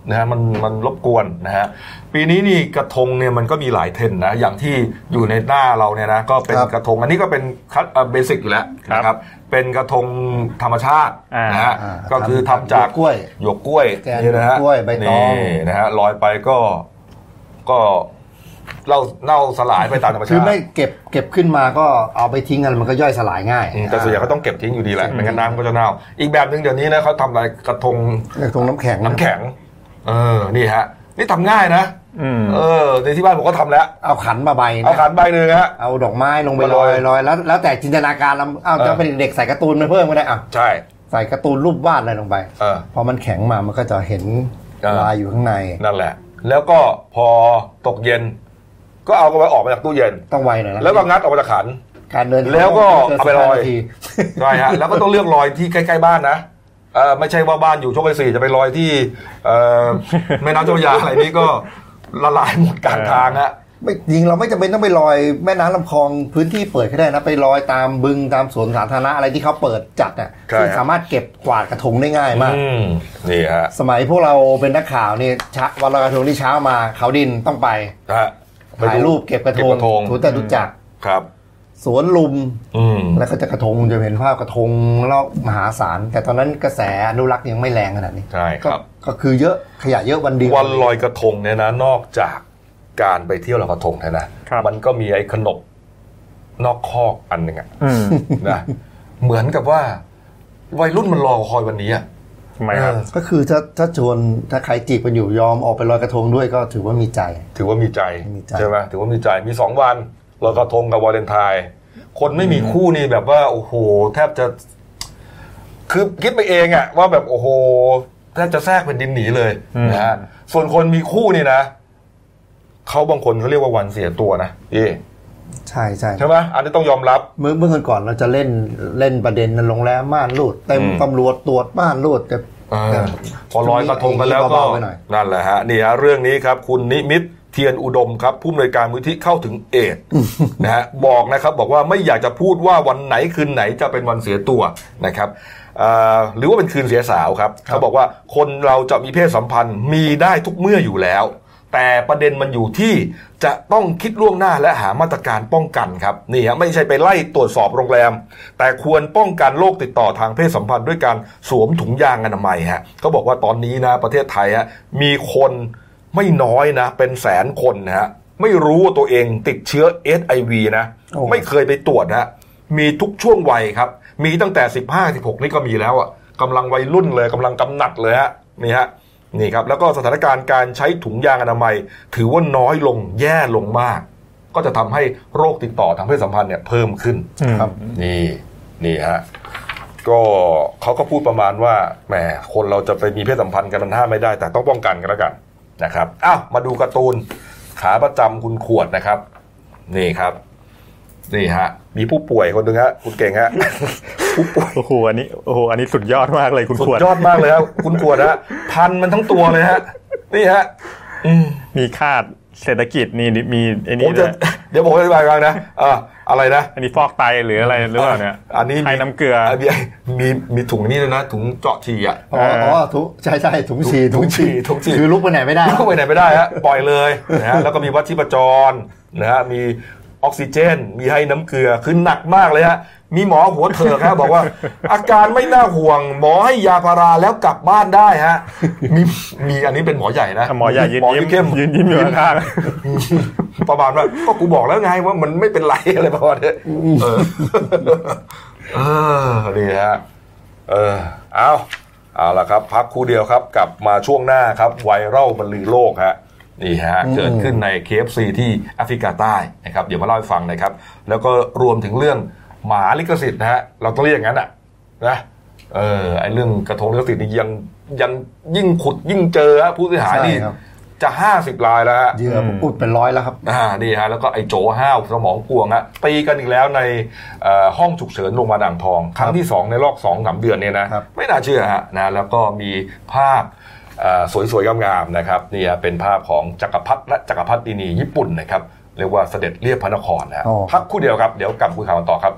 นะฮะมันมันรบกวนนะฮะปีนี้นี่กระทงเนี่ยมันก็มีหลายเทรนด์นะอย่างที่อยู่ในหน้าเราเนี่ยนะก็เป็นกระทงอันนี้ก็เป็นเบสิกอยู่แล้วนะครับเป็นกระทงธรรมชาตินะฮะก็คือทำจากกล้วยหยวกกล้วยนี่นะฮะกล้วยใบตองนะฮะลอยไปก็ก็เราเน่าสลายไปตามธรรมชาติคือไม่เก็บเก็บขึ้นมาก็เอาไปทิ้งกันมันก็ย่อยสลายง่ายแต่ส่วนใหญ่เขาต้องเก็บทิ้งอยู่ดีแหละไม่งั้นน้ำก็จะเน่าอีกแบบนึงเดี๋ยวนี้นะเขาทำอะไรกระทงกระทงน้ำแข็งน้ำแข็งเออนี่ฮะนี่ทำง่ายนะเออในที่บ้านผมก็ทำแล้วเอาขันมาใบเอาขันใบหนึ่งฮะเอาดอกไม้ลงไปลอยลอยแล้วแล้วแต่จินตนาการเราเอาจะเป็นเด็กใส่การ์ตูนมาเพิ่มก็ได้อ่ะใช่ใส่การ์ตูนรูปวาดอะไรลงไปพอมันแข็งมามันก็จะเห็นลายอยู่ข้างในนั่นแหละแล้วก็พอตกเย็นก็เอาไปออกมาจากตู้เย็นต้องไวหน่อยนะแล้วก็งัดออกมาจากขันการเดินแล้วก็เอาไปลอยใช่ฮะแล้วก็ต้องเลือกลอยที่ใกล้ๆบ้านนะเออไม่ใช่ว่าบ้านอยู่โชคชัยสี่จะไปลอยที่เอ่อแม่น้ำเจ้าพระยาอะไรนี้ก็ละลายหมดกลางทางฮะไม่จริงเราไม่จำเป็นต้องไปลอยแม่น้ำลำคลองพื้นที่เปิดก็ได้นะไปลอยตามบึงตามสวนสาธารณะอะไรที่เขาเปิดจัดอ่ะที่สามารถเก็บกวาดกระทงได้ง่ายมากนี่ฮะสมัยพวกเราเป็นนักข่าวนี่วันลอยกระทงที่เช้ามาเขาดินต้องไปถ่ายรูปเก็บกระทงถูแต่รู้จักครับสวนลุมแล้วก็จะกระทงจะเห็นภาพกระทงแล้วมหาศาลแต่ตอนนั้นกระแสอนุรักษ์ยังไม่แรงขนาดนี้ใช่ครับก็คือเยอะขยะเยอะวันเดียววันลอยกระทงเนี่ยนะนอกจากการไปเที่ยวลอยกระทงเนี่ยนะมันก็มีไอ้ขนมนอกคอกอันหนึ่งอ่ะนะเหมือนกับว่าวัยรุ่นมันรอคอยวันนี้อ่ะทำไมครับก็คือถ้าถ้าชวนถ้าใครจีบกันอยู่ยอมออกไปลอยกระทงด้วยก็ถือว่ามีใจถือว่ามีใจใช่ไหมถือว่ามีใจมีสองวันลอยกระทงกับวาเลนไทน์คนไม่มีคู่นี่แบบว่าโอ้โหแทบจะคือคิดไปเองอะว่าแบบโอ้โหแทบจะแทรกเป็นดินหนีเลยนะฮะส่วนคนมีคู่นี่นะเขาบางคนเขาเรียกว่าวันเสียตัวนะเอ๊ใช่ใช่ใช่ไหมอันนี้ต้องยอมรับเมื่อเมื่อก่อนเราจะเล่นเล่นประเด็นนั้นโรงแรมม่านรูดเต็มตำรวจตรวจม่านรูดแต่พอลอยกระทงกันแล้วก็นั่นแหละฮะนี่ฮะเรื่องนี้ครับคุณนิมิตเทียนอุดมครับผู้อำนวยการมูลที่เข้าถึงเอดนะฮะบอกนะครับบอกว่าไม่อยากจะพูดว่าวันไหนคืนไหนจะเป็นวันเสียตัวนะครับหรือว่าเป็นคืนเสียสาวครับเขาบอกว่าคนเราจะมีเพศสัมพันธ์มีได้ทุกเมื่ออยู่แล้วแต่ประเด็นมันอยู่ที่จะต้องคิดล่วงหน้าและหามาตรการป้องกันครับนี่ฮะไม่ใช่ไปไล่ตรวจสอบโรงแรมแต่ควรป้องกันโรคติดต่อทางเพศสัมพันธ์ด้วยการสวมถุงยางอนามัยฮะเขาบอกว่าตอนนี้นะประเทศไทยฮะมีคนไม่น้อยนะเป็นแสนคนนะฮะไม่รู้ว่าตัวเองติดเชื้อ เอช ไอ วี นะไม่เคยไปตรวจนะมีทุกช่วงวัยครับมีตั้งแต่สิบห้า สิบหกนี่ก็มีแล้วอ่ะกำลังวัยรุ่นเลยกำลังกำหนัดเลยฮะนี่ฮะนี่ครับแล้วก็สถานการณ์การใช้ถุงยางอนามัยถือว่าน้อยลงแย่ลงมากก็จะทำให้โรคติดต่อทางเพศสัมพันธ์เนี่ยเพิ่มขึ้นครับนี่นี่ฮะก็เขาก็พูดประมาณว่าแหมคนเราจะไปมีเพศสัมพันธ์กันมันห้ามไม่ได้แต่ต้องป้องกันกันแล้วกันนะครับอ้าวมาดูการ์ตูนขาประจำคุณขวดนะครับนี่ครับนี่ฮะมีผู้ป่วยคนหนึ่งฮะคุณเก่งฮะผู้ป่วยโอ้โหอันนี้โอ้โหอันนี้สุดยอดมากเลยคุณขวดสุดยอดมากเลยครับคุณขวดฮะพันมันทั้งตัวเลยฮะนี่ฮะมีคาดเศรษฐกิจนี่มีไอ้นี่เดี๋ยวผมอธิบายกันนะอ่าอะไรนะอันนี้ฟอกไตหรืออะไรหรือเปล่าเนี่ยอันนี้ให้น้ำเกลือมีมีถุงนี่เลยนะถุงเจาะฉี่อ่ะอ๋อถุงใช่ใช่ถุงฉี่ถุงฉี่ถุงฉี่คือลุกไปไหนไม่ได้ลุกไปไหนไม่ได้ฮะปล่อยเลยนะฮะแล้วก็มีวัดชีพจรนะฮะมีออกซิเจนมีให้น้ำเกลือคือหนักมากเลยฮะมีหมอหัวเถิกครับบอกว่าอาการไม่น่าห่วงหมอให้ยาพาราแล้วกลับบ้านได้ฮะมีมีอันนี้เป็นหมอใหญ่นะหมอใหญ่ยืนยิ้มเข้มยืนยิ้มอยู่ข้างประมาณว่าก็กูบอกแล้วไงว่ามันไม่เป็นไรอะไรประมาณนี้เออเออดีฮะเออเอาเอาละครับพักคู่เดียวครับกลับมาช่วงหน้าครับไวรัลบรรลือโลกฮะนี่ฮะเกิดขึ้นใน เค เอฟ ซี ที่แอฟริกาใต้นะครับเดี๋ยวมาเล่าให้ฟังนะครับแล้วก็รวมถึงเรื่องหมาลิขสิทธิ์นะฮะเราต้องเรียกอย่างนั้นอ่ะนะเออไอ้เรื่องกระทงลิขสิทธิ์นี่ยังยังยิ่งขุดยิ่งเจอฮะผู้เสียหายนี่จะห้าสิบรายแล้วฮะเหยื่ออุดเป็นร้อยแล้วครับอ่านี่ฮะแล้วก็ไอ้โจห้าวสมองกวงฮะตีกันอีกแล้วในห้องฉุกเฉินโรงพยาบาลอ่างทองครั้งที่สองในรอบสองสามเดือนเนี่ยนะไม่น่าเชื่อฮะนะแล้วก็มีภาพสวยๆงามๆนะครับนี่เป็นภาพของจักรพรรดิและจักรพรรดินีญี่ปุ่นนะครับเรียกว่าเสด็จเลียบพระนครนะพักคู่เดียวครับเดี๋ยวกลับคุยข่าวกันต่อครับ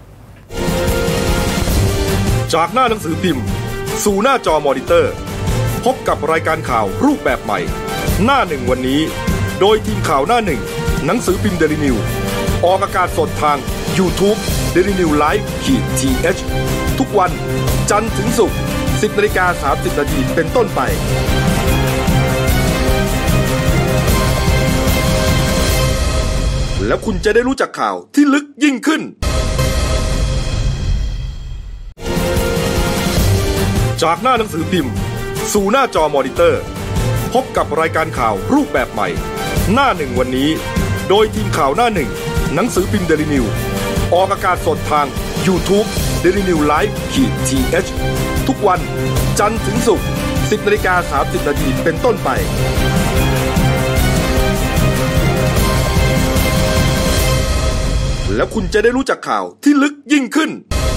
จากหน้าหนังสือพิมพ์สู่หน้าจอมอนิเตอร์พบกับรายการข่าวรูปแบบใหม่หน้าหนึ่งวันนี้โดยทีมข่าวหน้าหนึ่งหนังสือพิมพ์ Daily News ออกอากาศสดทาง YouTube Daily News Live ทีเอช ทุกวันจันทร์ถึงศุกร์ สิบนาฬิกาสามสิบนาทีเป็นต้นไปแล้วคุณจะได้รู้จักข่าวที่ลึกยิ่งขึ้นจากหน้าหนังสือพิมพ์สู่หน้าจอมอนิเตอร์พบกับรายการข่าวรูปแบบใหม่หน้าหนึ่งวันนี้โดยทีมข่าวหน้าหนึ่งหนังสือพิมพ์ Daily News ออกอากาศสดทาง YouTube Daily News Live ทีเอช ทุกวันจันทร์ถึงศุกร์ สิบนาฬิกาสามสิบนาทีเป็นต้นไปแล้วคุณจะได้รู้จักข่าวที่ลึกยิ่งขึ้น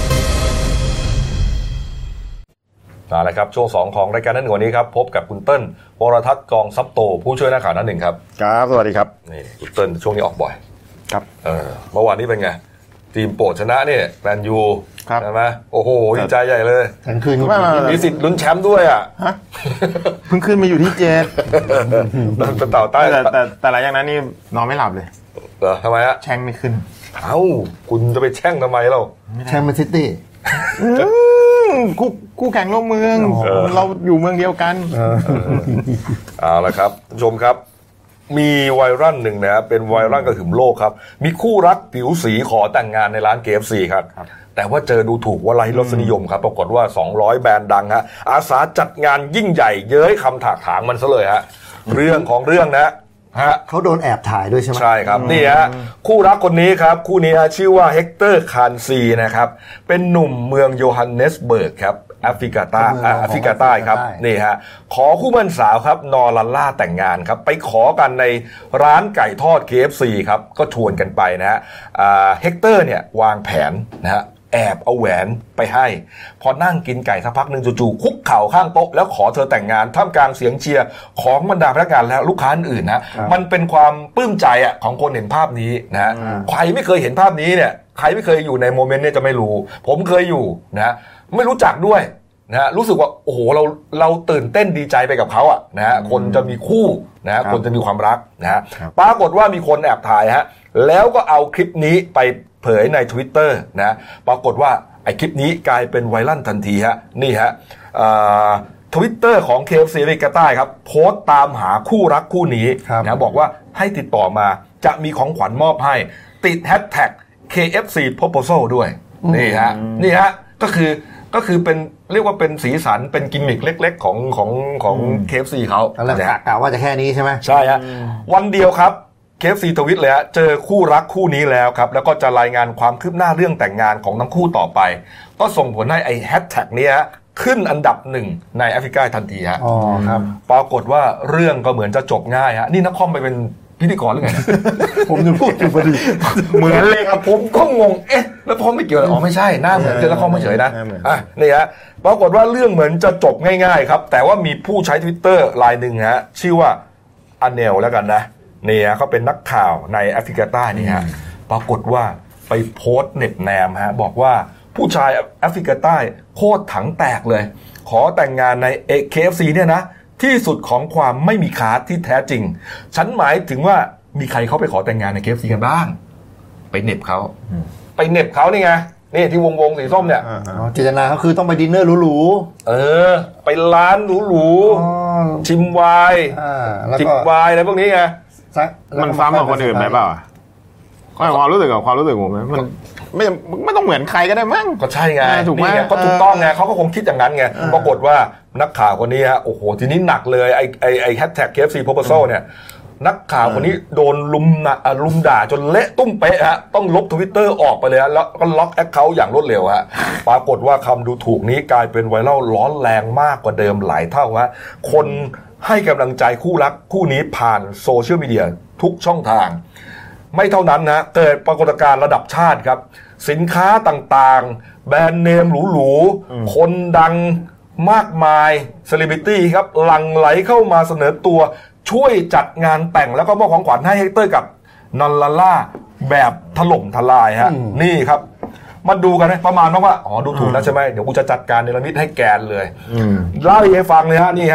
เอาละครับช่วงสองของรายการหน้าหนึ่งวันนี้ครับพบกับคุณเติ้ลวรทัศน์กองซับโตผู้ช่วยนักข่าวหน้าหนึ่งครับครับสวัสดีครับนี่คุณเติ้ลช่วงนี้ออกบ่อยครับเออเมื่อวานนี้เป็นไงทีมโปรดชนะเนี่ยแมนยูใช่ไหมโอ้โหดีใจใหญ่เลยทั้งคืนมีสิทธิ์ลุ้นแชมป์ด้วยอ่ะฮะเพิ่งขึ้นมาอยู่ที่เจ็ดเป็นเต่าใต้แต่แต่แต่หลังจากนั้นนี่นอนไม่หลับเลยเหรอทำไมฮะแช่งไม่ขึ้นเอ้าคุณจะไปแช่งทำไมเราแช่งแมนซิตี้คู่คู่แข่งร่วมเมืองเราอยู่เมืองเดียวกันเอาละครับชมครับมีไวรัลหนึ่งนะเป็นไวรัลกระหึ่มโลกครับมีคู่รักผิวสีขอแต่งงานในร้าน เค เอฟ ซี ครับแต่ว่าเจอดูถูกว่าไร้รสนิยมครับปรากฏว่าสองร้อยแบรนด์ดังฮะอาสาจัดงานยิ่งใหญ่เย้ยคำถากถางมันซะเลยฮะเรื่องของเรื่องนะฮะเขาโดนแอบถ่ายด้วยใช่ไหมใช่ครับนี่ฮะคู่รักคนนี้ครับคู่นี้ชื่อว่าเฮกเตอร์คานซีนะครับเป็นหนุ่มเมืองโยฮันเนสเบิร์กครับแอฟริกาใต้แอฟริกาใต้ครับนี่ฮะขอคู่มั่นสาวครับนอรัลล่าแต่งงานครับไปขอกันในร้านไก่ทอด เค เอฟ ซี ครับก็ชวนกันไปนะฮะเฮกเตอร์เนี่ยวางแผนนะฮะแอบเอาแหวนไปให้พอนั่งกินไก่สักพักหนึ่งจู่ๆคุกเข่าข้างโต๊ะแล้วขอเธอแต่งงานท่ามกลางเสียงเชียร์ของบรรดาพนักงานและลูกค้าอื่นนะมันเป็นความปลื้มใจอ่ะของคนเห็นภาพนี้นะฮะใครไม่เคยเห็นภาพนี้เนี่ยใครไม่เคยอยู่ในโมเมนต์นี้จะไม่รู้ผมเคยอยู่นะไม่รู้จักด้วยนะรู้สึกว่าโอ้โหเราเราตื่นเต้นดีใจไปกับเขาอ่ะนะฮะคนจะมีคู่นะฮะคนจะมีความรักนะฮะปรากฏว่ามีคนแอบถ่ายฮะแล้วก็เอาคลิปนี้ไปเผยใน Twitter นะปรากฏว่าไอ้คลิปนี้กลายเป็นไวรัลทันทีฮะนี่ฮะทวิตเตอร์ของ เค เอฟ ซี อเมริกาใต้ครับโพสต์ตามหาคู่รักคู่นี้นะบอกว่าให้ติดต่อมาจะมีของขวัญมอบให้ติดแฮชแท็ก เค เอฟ ซี Proposal ด้วยนี่ฮะนี่ฮะก็คือก็คือเป็นเรียกว่าเป็นสีสันเป็นกิมมิคเล็กๆของของของ เค เอฟ ซี เขาแล้วกะว่าจะแค่นี้ใช่ไหมใช่ฮะวันเดียวครับเค เอฟ ซี ทวิตเลยฮะเจอคู่รักคู่นี้แล้วครับแล้วก็จะรายงานความคืบหน้าเรื่องแต่งงานของทั้งคู่ต่อไปก็ส่งผลให้ไอ้แฮชแท็กนี้ขึ้นอันดับหนึ่งในแอฟริกาทันทีฮะอ๋อครับปรากฏว่าเรื่องก็เหมือนจะจบง่ายฮะนี่นักคอมไปเป็นพิธีกรหรือไงผมจะพูดอยู่พอดีเหมือนเลยครับผมก็งงเอ๊ะแล้วพอไม่เกี่ยวอ๋อไม่ใช่หน้าเหมือนเจอนักคอมไม่เฉยนะอ่ะนี่ฮะปรากฏว่าเรื่องเหมือนจะจบง่ายๆครับแต่ว่ามีผู้ใช้ Twitter รายหนึ่งฮะชื่อว่าอเนลแล้วกันนะนี่ฮะเขาเป็นนักข่าวในแอฟริกาใต้นี่ฮะปรากฏว่าไปโพสต์เน็บแนมฮะบอกว่าผู้ชายแอฟริกาใต้โคตรถังแตกเลยขอแต่งงานใน เค เอฟ ซี เนี่ยนะที่สุดของความไม่มีคลาสที่แท้จริงฉันหมายถึงว่ามีใครเขาไปขอแต่งงานใน เค เอฟ ซี กันบ้างไปเน็บเขาไปเน็บเขานี่ไงนี่ที่วงวงสีส้มเนี่ยเจตนาเขาคือต้องไปดินเนอร์หรูๆเออไปร้านหรูๆชิมไวน์จิบไวน์อะไรพวกนี้ไงมันซ้ำกับคนอื่นไหมเปล่าความรู้สึกกับความรู้สึกผมมันไม่ไม่ต้องเหมือนใครก็ได้มั้งก็ใช่ไงถูกไหมก็ถูกต้องไงเขาก็คงคิดอย่างนั้นไงปรากฏว่านักข่าวคนนี้ฮะโอ้โหทีนี้หนักเลยไอไอไอแฮชแท็ก เค เอฟ ซี Proposal เนี่ยนักข่าวคนนี้โดนลุมนะลุมด่าจนเละตุ้มเป๊ะฮะต้องลบ Twitter ออกไปเลยฮะแล้วก็ล็อกแอคเคาท์อย่างรวดเร็วฮะปรากฏว่าคำดูถูกนี้กลายเป็นไวรัลร้อนแรงมากกว่าเดิมหลายเท่าฮะคนให้กำลังใจคู่รักคู่นี้ผ่านโซเชียลมีเดียทุกช่องทางไม่เท่านั้นนะเกิดปรากฏการณ์ระดับชาติครับสินค้าต่างๆแบรนด์เนมหรูๆคนดังมากมายเซเลบริตี้ครับหลั่งไหลเข้ามาเสนอตัวช่วยจัดงานแต่งแล้วก็มอบของขวัญให้เฮกเตอร์กับนอลลาล่าแบบถล่มทลายฮะนี่ครับมาดูกันนะประมาณว่าอ๋อดูถูกแล้วใช่ไหมเดี๋ยวกูจะจัดการเนรมิตให้แกนเลยเล่าให้ฟังเลยฮะนี่ฮะ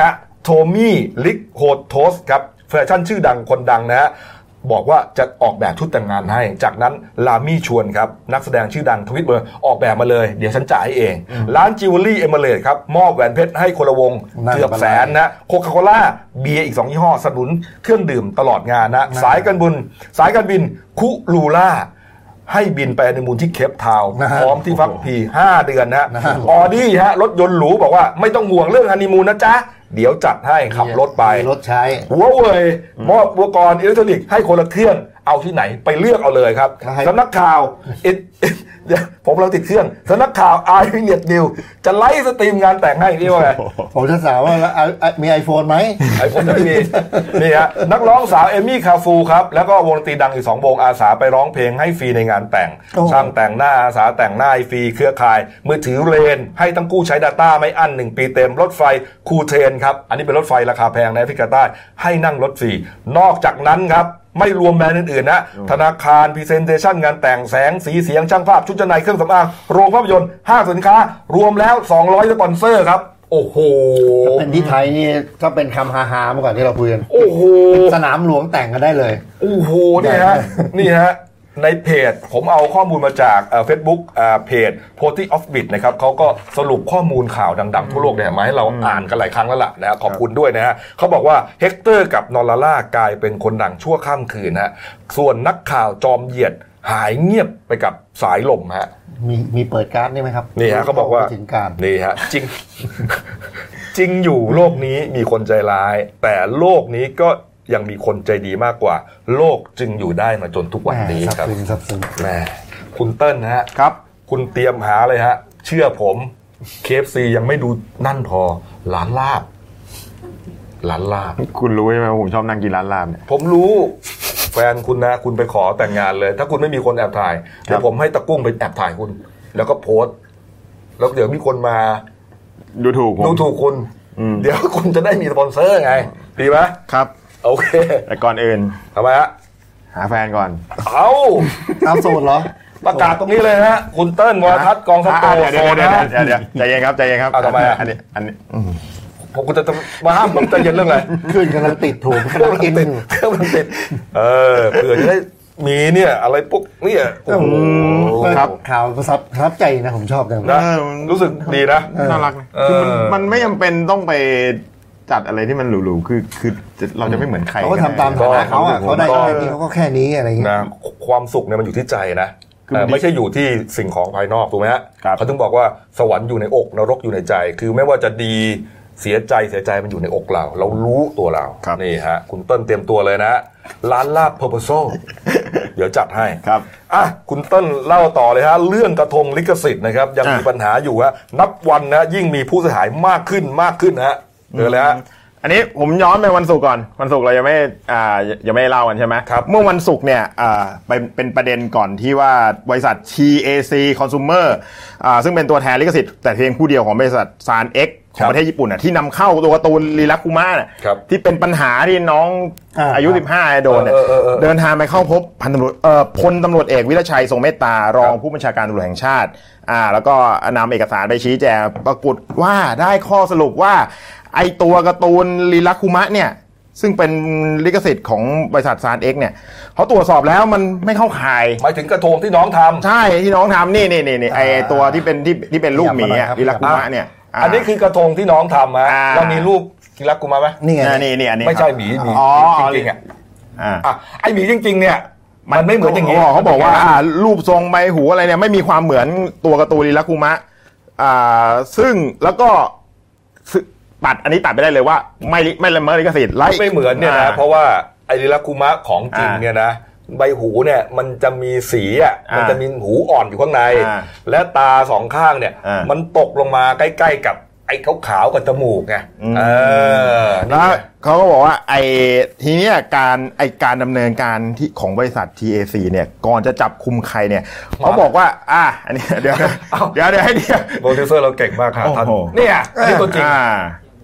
โทมี่ลิกโฮโทสครับแฟชั่นชื่อดังคนดังนะฮะบอกว่าจะออกแบบชุดแต่งงานให้จากนั้นลามี่ชวนครับนักแสดงชื่อดังทวิตเบอร์ออกแบบมาเลยเดี๋ยวฉันจ่ายให้เองร้านจิวเวลรี่เอเมเรตครับมอบแหวนเพชรให้คนละวงเกือบแสนนะโคคาโคล่าเบียร์อีกสองยี่ห้อสนับสนุนเครื่องดื่มตลอดงานนะสายการบินสายการบินคุลูล่าให้บินไปฮันนีมูนที่เคปทาวน์พร้อมที่พักพีห้าเดือนนะออดี้ฮะรถยนต์หรูบอกว่าไม่ต้องห่วงเรื่องฮันนีมูนนะจ๊ะเดี๋ยวจัดให้ขับรถไปรถใช้หัวเว่ยมอบอุปกรณ์อิเล็กทรอนิกส์ให้คนละเครื่องเอาที่ไหนไปเลือกเอาเลยครับสำนักข่าวผมเราติดเครื่องสำนักข่าวไอวิเนียดนิวจะไลฟ์สตรีมงานแต่งให้นี่ว่าไงผมจะถามว่ามี iPhone ไหม iPhone ไม่มีนี่ฮะนักร้องสาวเอมี่คาฟูครับแล้วก็วงดนตรีดังอีกสองวงอาสาไปร้องเพลงให้ฟรีในงานแต่งช่างแต่งหน้าอาสาแต่งหน้าฟรีเครือข่ายมือถือเรนให้ทั้งกู้ใช้ Data ไม่อั้นหนึ่งปีเต็มรถไฟคูเทนครับอันนี้เป็นรถไฟราคาแพงในแอฟริกาใต้ให้นั่งรถฟรีนอกจากนั้นครับไม่รวมแบรนด์อื่นๆนะธนาคารพรีเซนเทชันงานแต่งแสงสีเสียงช่างภาพชุดชั้นในเครื่องสำอางโรงภาพยนตร์ห้างสินค้ารวมแล้วสองร้อยสปอนเซอร์ครับโอ้โหเป็นที่ไทยนี่ก็เป็นคำฮาๆเมื่อก่อนที่เราคุยกันโอ้โหสนามหลวงแต่งกันได้เลยโอ้โหนี่ฮะนี่ฮะในเพจผมเอาข้อมูลมาจากเอ่อ Facebook อ่าเพจ Poti of Bit นะครับเขาก็สรุปข้อมูลข่าวดังๆทั่วโลกเนี่ยมาให้เราอ่านกันหลายครั้งแล้วล่ะนะขอบคุณด้วยนะฮะเขาบอกว่าเฮกเตอร์กับนอราล่ากลายเป็นคนดังชั่วข้ามคืนฮะส่วนนักข่าวจอมเหยียดหายเงียบไปกับสายลมฮะมีมีเปิดการ์ดได้ไหมครับนี่ฮะเขาบอกว่านี่ฮะจริงจริงอยู่โลกนี้มีคนใจร้ายแต่โลกนี้ก็ยังมีคนใจดีมากกว่าโลกจึงอยู่ได้มาจนทุกวันนี้ครับแม่คุณเติ้ลนะฮะครับคุณเตรียมหาเลยฮะเชื่อผม เค เอฟ ซี ยังไม่ดูนั่นพอร้านลาบร้านลาบคุณรู้ใช่ไหมผมชอบนั่งกินร้านลาบเนี่ยผมรู้แฟนคุณนะคุณไปขอแต่งงานเลยถ้าคุณไม่มีคนแอบถ่ายเดี๋ยวผมให้ตะกุ้งไปแอบถ่ายคุณแล้วก็โพสต์แล้วเดี๋ยวมีคนมาดูถูกดูถูกคุณเดี๋ยวคุณจะได้มีสปอนเซอร์ไงดีไหมครับโอเคแต่ก่อนอื่นทำไมฮะหาแฟนก่อนเอาเอาโสดเหรอประกาศตรงนี้เลยฮะคุณเติ้ลวรทัศน์กองทัพโตโสดนะเดี๋ยวเดี๋ยวใจเย็นครับใจเย็นครับเอาทำไมอันนี้อันนี้ผมก็จะมาห้ามผมใจเย็นเรื่องอะไรขึ้นกำลังติดถูกกำลังติดกำลังติดเออเผื่อจะได้มีเนี่ยอะไรปุ๊บเนี่ยโอ้โหครับข่าวประทับใจนะผมชอบจังนะรู้สึกดีนะน่ารักคือมันมันไม่จำเป็นต้องไปจัดอะไรที่มันหรูๆคือคือเราจะไม่เหมือนใครเขาก็ทำตามฐานะเขาอ่ะเขาได้แค่นี้เขาก็แค่นี้อะไรอย่างเงี้ยความสุขเนี่ยมันอยู่ที่ใจนะไม่ใช่อยู่ที่สิ่งของภายนอกถูกไหมฮะเขาถึงบอกว่าสวรรค์อยู่ในอกนรกอยู่ในใจคือไม่ว่าจะดีเสียใจเสียใจมันอยู่ในอกเราเรารู้ตัวเรานี่ฮะคุณเติ้ลเตรียมตัวเลยนะร้านลาบเพอร์โพโซเดี๋ยวจัดให้ครับอ่ะคุณเติ้ลเล่าต่อเลยฮะเรื่องกระทงลิขสิทธิ์นะครับยังมีปัญหาอยู่ฮะนับวันนะยิ่งมีผู้เสียหายมากขึ้นมากขึ้นฮะเดี๋ยวเลยฮะอันนี้ผมย้อนไปวันศุกร์ก่อนวันศุกร์เรายังไม่อ่ายังไม่เล่ากันใช่ไหมครับเมื่อวันศุกร์เนี่ยอ่าเป็นเป็นประเด็นก่อนที่ว่าบริษัท ที เอ ซี Consumer อ่าซึ่งเป็นตัวแทนลิขสิทธิ์แต่เพียงผู้เดียวของบริษัท ซาน เอ็กซ์ ของประเทศญี่ปุ่นน่ะที่นำเข้าตัวการ์ตูนลีลักคุมะน่ะที่เป็นปัญหาที่น้องอายุสิบห้าโดนเนี่ยเดินทางไปเข้าพบพันตำรวจเอ่อพลตำรวจเอกวิรชัยทรงเมตตารองผู้บัญชาการตำรวจแห่งชาติอ่าแล้วก็นำเอกสารไปชี้แจงปรากฏว่าได้ข้อสรุปว่าไอตัวการ์ตูนลีลักคุมะเนี่ยซึ่งเป็นลิขสิทธิ์ของบริษัท ซาน เอ็กซ์ เนี่ยเขาตรวจสอบแล้วมันไม่เข้าข่ายหมายถึงกระทงที่น้องทำใช่ที่น้องทำนี่นี่นี่ไอตัวที่เป็นที่ที่เป็นรูปหมีอะลีลักคุมะเนี่ยอันนี้คือกระทงที่น้องทำฮะเรามีรูปลีลักคุมะไหมนี่ไงนี่นี่อันนี้ไม่ใช่หมีหมีจริงๆอ่ะอ่ะไอหมีจริงๆเนี่ยมันไม่เหมือนอย่างนี้เขาบอกว่ารูปทรงใบหูอะไรเนี่ยไม่มีความเหมือนตัวการ์ตูนลีลักคุมะอ่าซึ่งแล้วก็ตัดอันนี้ตัดไปได้เลยว่าไม่ไม่ละเมิดลิขสิทธิ์ไม่เหมือนเนี่ยนะเพราะว่าไอลีลักคุมะของจริงเนี่ยนะใบหูเนี่ยมันจะมีสีอ่ะมันจะมีหูอ่อนอยู่ข้างในและตาสองข้างเนี่ยมันตกลงมาใกล้ๆกับไอ้ขาวๆกับจมูกไงเออแล้วเขาก็บอกว่าไอ้ทีเนี้ยการไอ้การดำเนินการที่ของบริษัท ที เอ ซี เนี่ยก่อนจะจับคุมใครเนี่ยเขาบอกว่าอ่ะอันนี้เดี๋ยวเดี๋ยวเดี๋ยวให้เดี๋ยวโปรดิวเซอร์เราเก่งมากครับท่านเนี่ยนี่ตัวจริง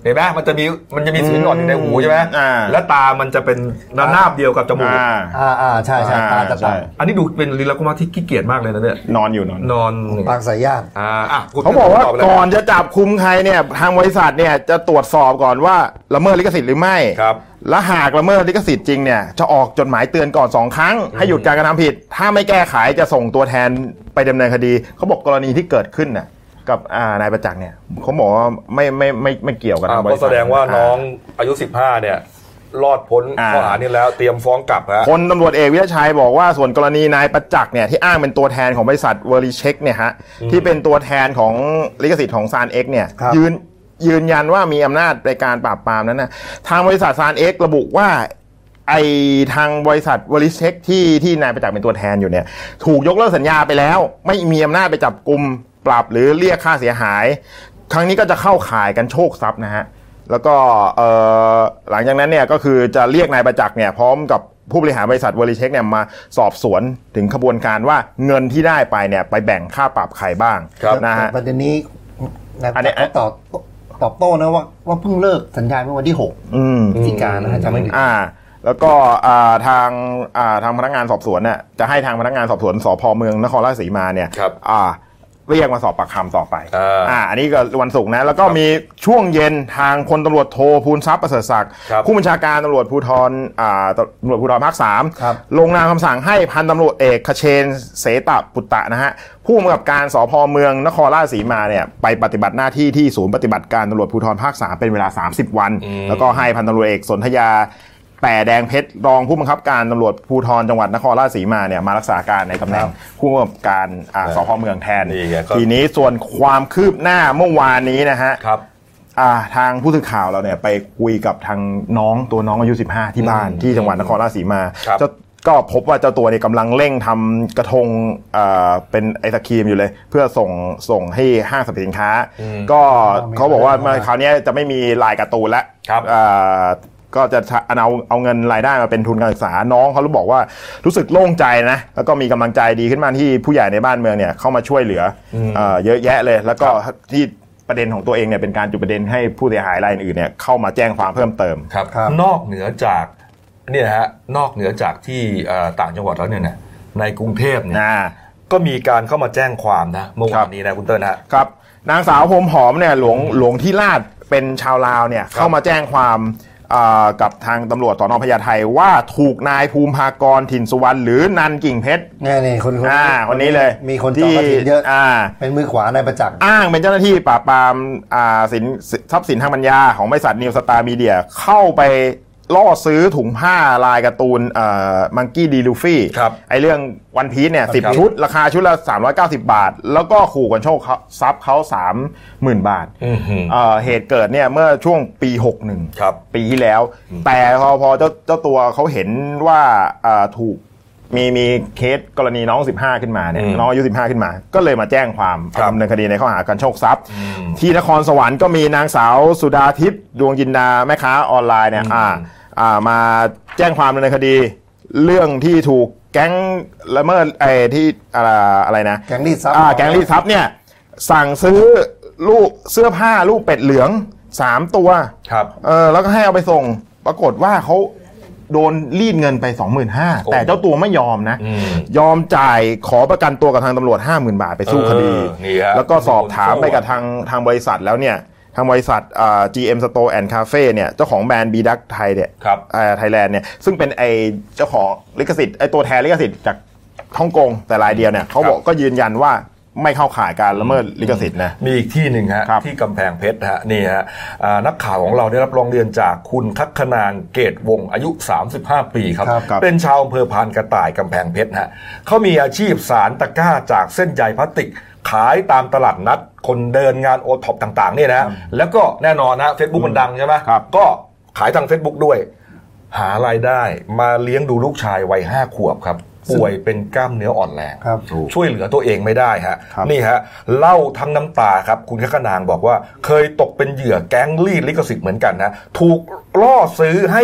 เห็นไหมมันจะมีมันจะมีสีหนวดอยู่ในหูใช่ไหมแล้วตามันจะเป็นระนาบเดียวกับจมูกอ่าอ่าใช่ใช่ตาจะต่างอันนี้ดูเป็นลีลาคุมาที่ขี้เกียจมากเลยนะเนี่ยนอนอยู่นอนนอนปางสายญาติอ่าเขาบอกว่าก่อนจะจับคุมใครเนี่ยทางบริษัทเนี่ยจะตรวจสอบก่อนว่าละเมิดลิขสิทธิ์หรือไม่ครับและหากละเมิดลิขสิทธิ์จริงเนี่ยจะออกจดหมายเตือนก่อนสองครั้งให้หยุดการกระทำผิดถ้าไม่แก้ไขจะส่งตัวแทนไปดำเนินคดีเขาบอกกรณีที่เกิดขึ้นน่ะกับนายประจักษ์เนี่ยเขาบอกว่าไม่ไม่ไม่ไม่เกี่ยวกันก็แสดงว่าน้องอายุสิบห้าเนี่ยรอดพ้นข้อหานี้แล้วเตรียมฟ้องกลับฮะพลตำรวจเอกวิทยาชัยบอกว่าส่วนกรณีนายประจักษ์เนี่ยที่อ้างเป็นตัวแทนของบริษัทเวอร์ลิเช็คเนี่ยฮะที่เป็นตัวแทนของลิขสิทธิ์ของซานเอ็กเนี่ยยืนยืนยันว่ามีอำนาจในการปราบปรามนั้นนะทางบริษัทซานเอ็กระบุว่าไอทางบริษัทเวอร์ลิเช็คที่ที่นายประจักษ์เป็นตัวแทนอยู่เนี่ยถูกยกเลิกสัญญาไปแล้วไม่มีอำนาจไปจับกุมปรับหรือเรียกค่าเสียหายครั้งนี้ก็จะเข้าข่ายกันโชคทรัพย์นะฮะแล้วก็หลังจากนั้นเนี่ยก็คือจะเรียกนายประจักษ์เนี่ยพร้อมกับผู้บริหารบริษัทเวอร์ลิเช็คเนี่ยมาสอบสวนถึงขบวนการว่าเงินที่ได้ไปเนี่ยไปแบ่งค่าปรับใครบ้างนะฮะประเด็นนี้นายประจักษ์ตอบตอบโต้นะว่าว่าเพิ่งเลิกสัญญาเมื่อวันที่หกพฤศจิกายนนะฮะจะไม่ผิดอ่าแล้วก็ทางทางพนักงานสอบสวนเนี่ยจะให้ทางพนักงานสอบสวนสภ.เมืองนครราชสีมาเนี่ยเรียกมาสอบปากคำต่อไปอ่าอันนี้ก็วันศุกร์นะแล้วก็มีช่วงเย็นทางพลตำรวจโทภูลทรัพย์ประเสริฐศักดิ์ผู้บัญชาการตำรวจภูธรอ่าตำรวจภูธรภาคสามลงนามคำสั่งให้พันตำรวจเอกคเชนเสตปุตตะนะฮะผู้กำกับการสภ.เมืองนครราชสีมาเนี่ยไปปฏิบัติหน้าที่ที่ศูนย์ปฏิบัติการตำรวจภูธรภาคสามเป็นเวลาสามสิบวันแล้วก็ให้พันตำรวจเอกสนธยาแต่แดงเพชรรองผู้บังคับการตำรวจภูธรจังหวัดนครราชสีมาเนี่ยมารักษาการในตำแหน่งผู้กำกับการสภ.เมืองแทนทีนี้ส่วนความคืบหน้าเมื่อวานนี้นะฮะทางผู้สื่อข่าวเราเนี่ยไปคุยกับทางน้องตัวน้องอายุสิบห้าที่บ้านที่จังหวัดนครราชสีมาก็พบว่าเจ้าตัวเนี่ยกำลังเร่งทำกระทงเป็นไอศครีมอยู่เลยเพื่อส่งส่งให้ห้างสรรพสินค้าก็เขาบอกว่าคราวนี้จะไม่มีลายการ์ตูนแล้วก็จะเอาเอาเงินรายได้มาเป็นทุนการศึกษาน้องเขาบอกว่ารู้สึกโล่งใจนะแล้วก็มีกำลังใจดีขึ้นมาที่ผู้ใหญ่ในบ้านเมืองเนี่ยเข้ามาช่วยเหลือเยอะแยะเลยแล้วก็ที่ประเด็นของตัวเองเนี่ยเป็นการจุดประเด็นให้ผู้เสียหายรายอื่นเนี่ยเข้ามาแจ้งความเพิ่มเติมครับนอกเหนือจากเนี่ยฮะนอกเหนือจากที่ต่างจังหวัดแล้วเนี่ยในกรุงเทพเนี่ยก็มีการเข้ามาแจ้งความนะเมื่อวานนี้นะคุณเติ้ลนะครับนางสาวพรมหอมเนี่ยหลวงหลวงที่ลาดเป็นชาวลาวเนี่ยเข้ามาแจ้งความกับทางตำรวจสน.พญาไทว่าถูกนายภูมิภากรถิ่นสุวรรณหรือนันกิ่งเพชรนี่ๆคนคนนี้คนนี้เลยมีคนจองกระถิ่นเยอะเป็นมือขวานายประจักษ์อ้างเป็นเจ้าหน้าที่ปราบปรามสินทรัพย์สินทางปัญญาของบริษัทนิวสตาร์มีเดียเข้าไปล่อซื้อถุงผ้าลายการ์ตูนมังกี้ดีลูฟี่ไอเรื่องวันพีซเนี่ยสิบชุดราคาชุดละสามร้อยเก้าสิบบาทแล้วก็ขู่กันโชคทรัพย์เขา สามหมื่น บาทเหตุเกิดเนี่ยเมื่อช่วงปีหกสิบเอ็ดปีที่แล้วแต่พอพอเจ้าเจ้าตัวเขาเห็นว่าถูกมีมีเคสกรณีน้องสิบห้าขึ้นมาเนี่ยน้องอายุสิบห้าขึ้นมาก็เลยมาแจ้งความดำเนินคดีในข้อหาการโชคทรัพย์ที่นครสวรรค์ก็มีนางสาวสุดาทิพย์ดวงจินดาแม่ค้าออนไลน์เนี่ยอ่ามาแจ้งความดำเนินคดีเรื่องที่ถูกแก๊งละเมิดไอ้ที่อะไรอะไรนะแก๊งรีดทรัพย์อ่าแก๊งรีดทรัพย์เนี่ยสั่งซื้อลูกเสื้อผ้าลูกเป็ดเหลืองสามตัวครับเออแล้วก็ให้เอาไปส่งปรากฏว่าเขาโดนรีดเงินไป สองหมื่นห้าพัน แต่เจ้าตัวไม่ยอมนะยอมจ่ายขอประกันตัวกับทางตำรวจ ห้าหมื่น บาทไปสู้คดีแล้วก็สอบถามไปกับทางทางบริษัทแล้วเนี่ยทางบริษัท จี เอ็ม Store and Cafe เนี่ยเจ้าของแบรนด์ B-Duck ไทยเนี่ยไทยแลนด์เนี่ยซึ่งเป็นไอเจ้าของลิขสิทธิ์ไอตัวแทนลิขสิทธิ์จากฮ่องกงแต่รายเดียวเนี่ยเขาบอกก็ยืนยันว่าไม่เข้าข่ายการละเมิดลิขสิทธิ์นะมีอีกที่หนึ่งฮะที่กำแพงเพชรฮะนี่ฮะนักข่าวของเราได้รับร้องเรียนจากคุณคัคณานเกตวงศ์อายุสามสิบห้าปีครับเป็นชาวอำเภอพานกระต่ายกำแพงเพชรฮะเขามีอาชีพสารตะกร้าจากเส้นใยพลาสติกขายตามตลาดนัดคนเดินงานโอท็อปต่างๆเนี่ยนะแล้วก็แน่นอนนะ Facebook มันดังใช่ไหมก็ขายทาง Facebook ด้วยหารายได้มาเลี้ยงดูลูกชายวัยห้าขวบครับป่วยเป็นกล้ามเนื้ออ่อนแรงช่วยเหลือตัวเองไม่ได้ฮะนี่ฮะเล่าทั้งน้ำตาครับคุณคัคณานบอกว่าเคยตกเป็นเหยื่อแก๊งรีดลิขสิทธิ์เหมือนกันนะถูกล่อซื้อให้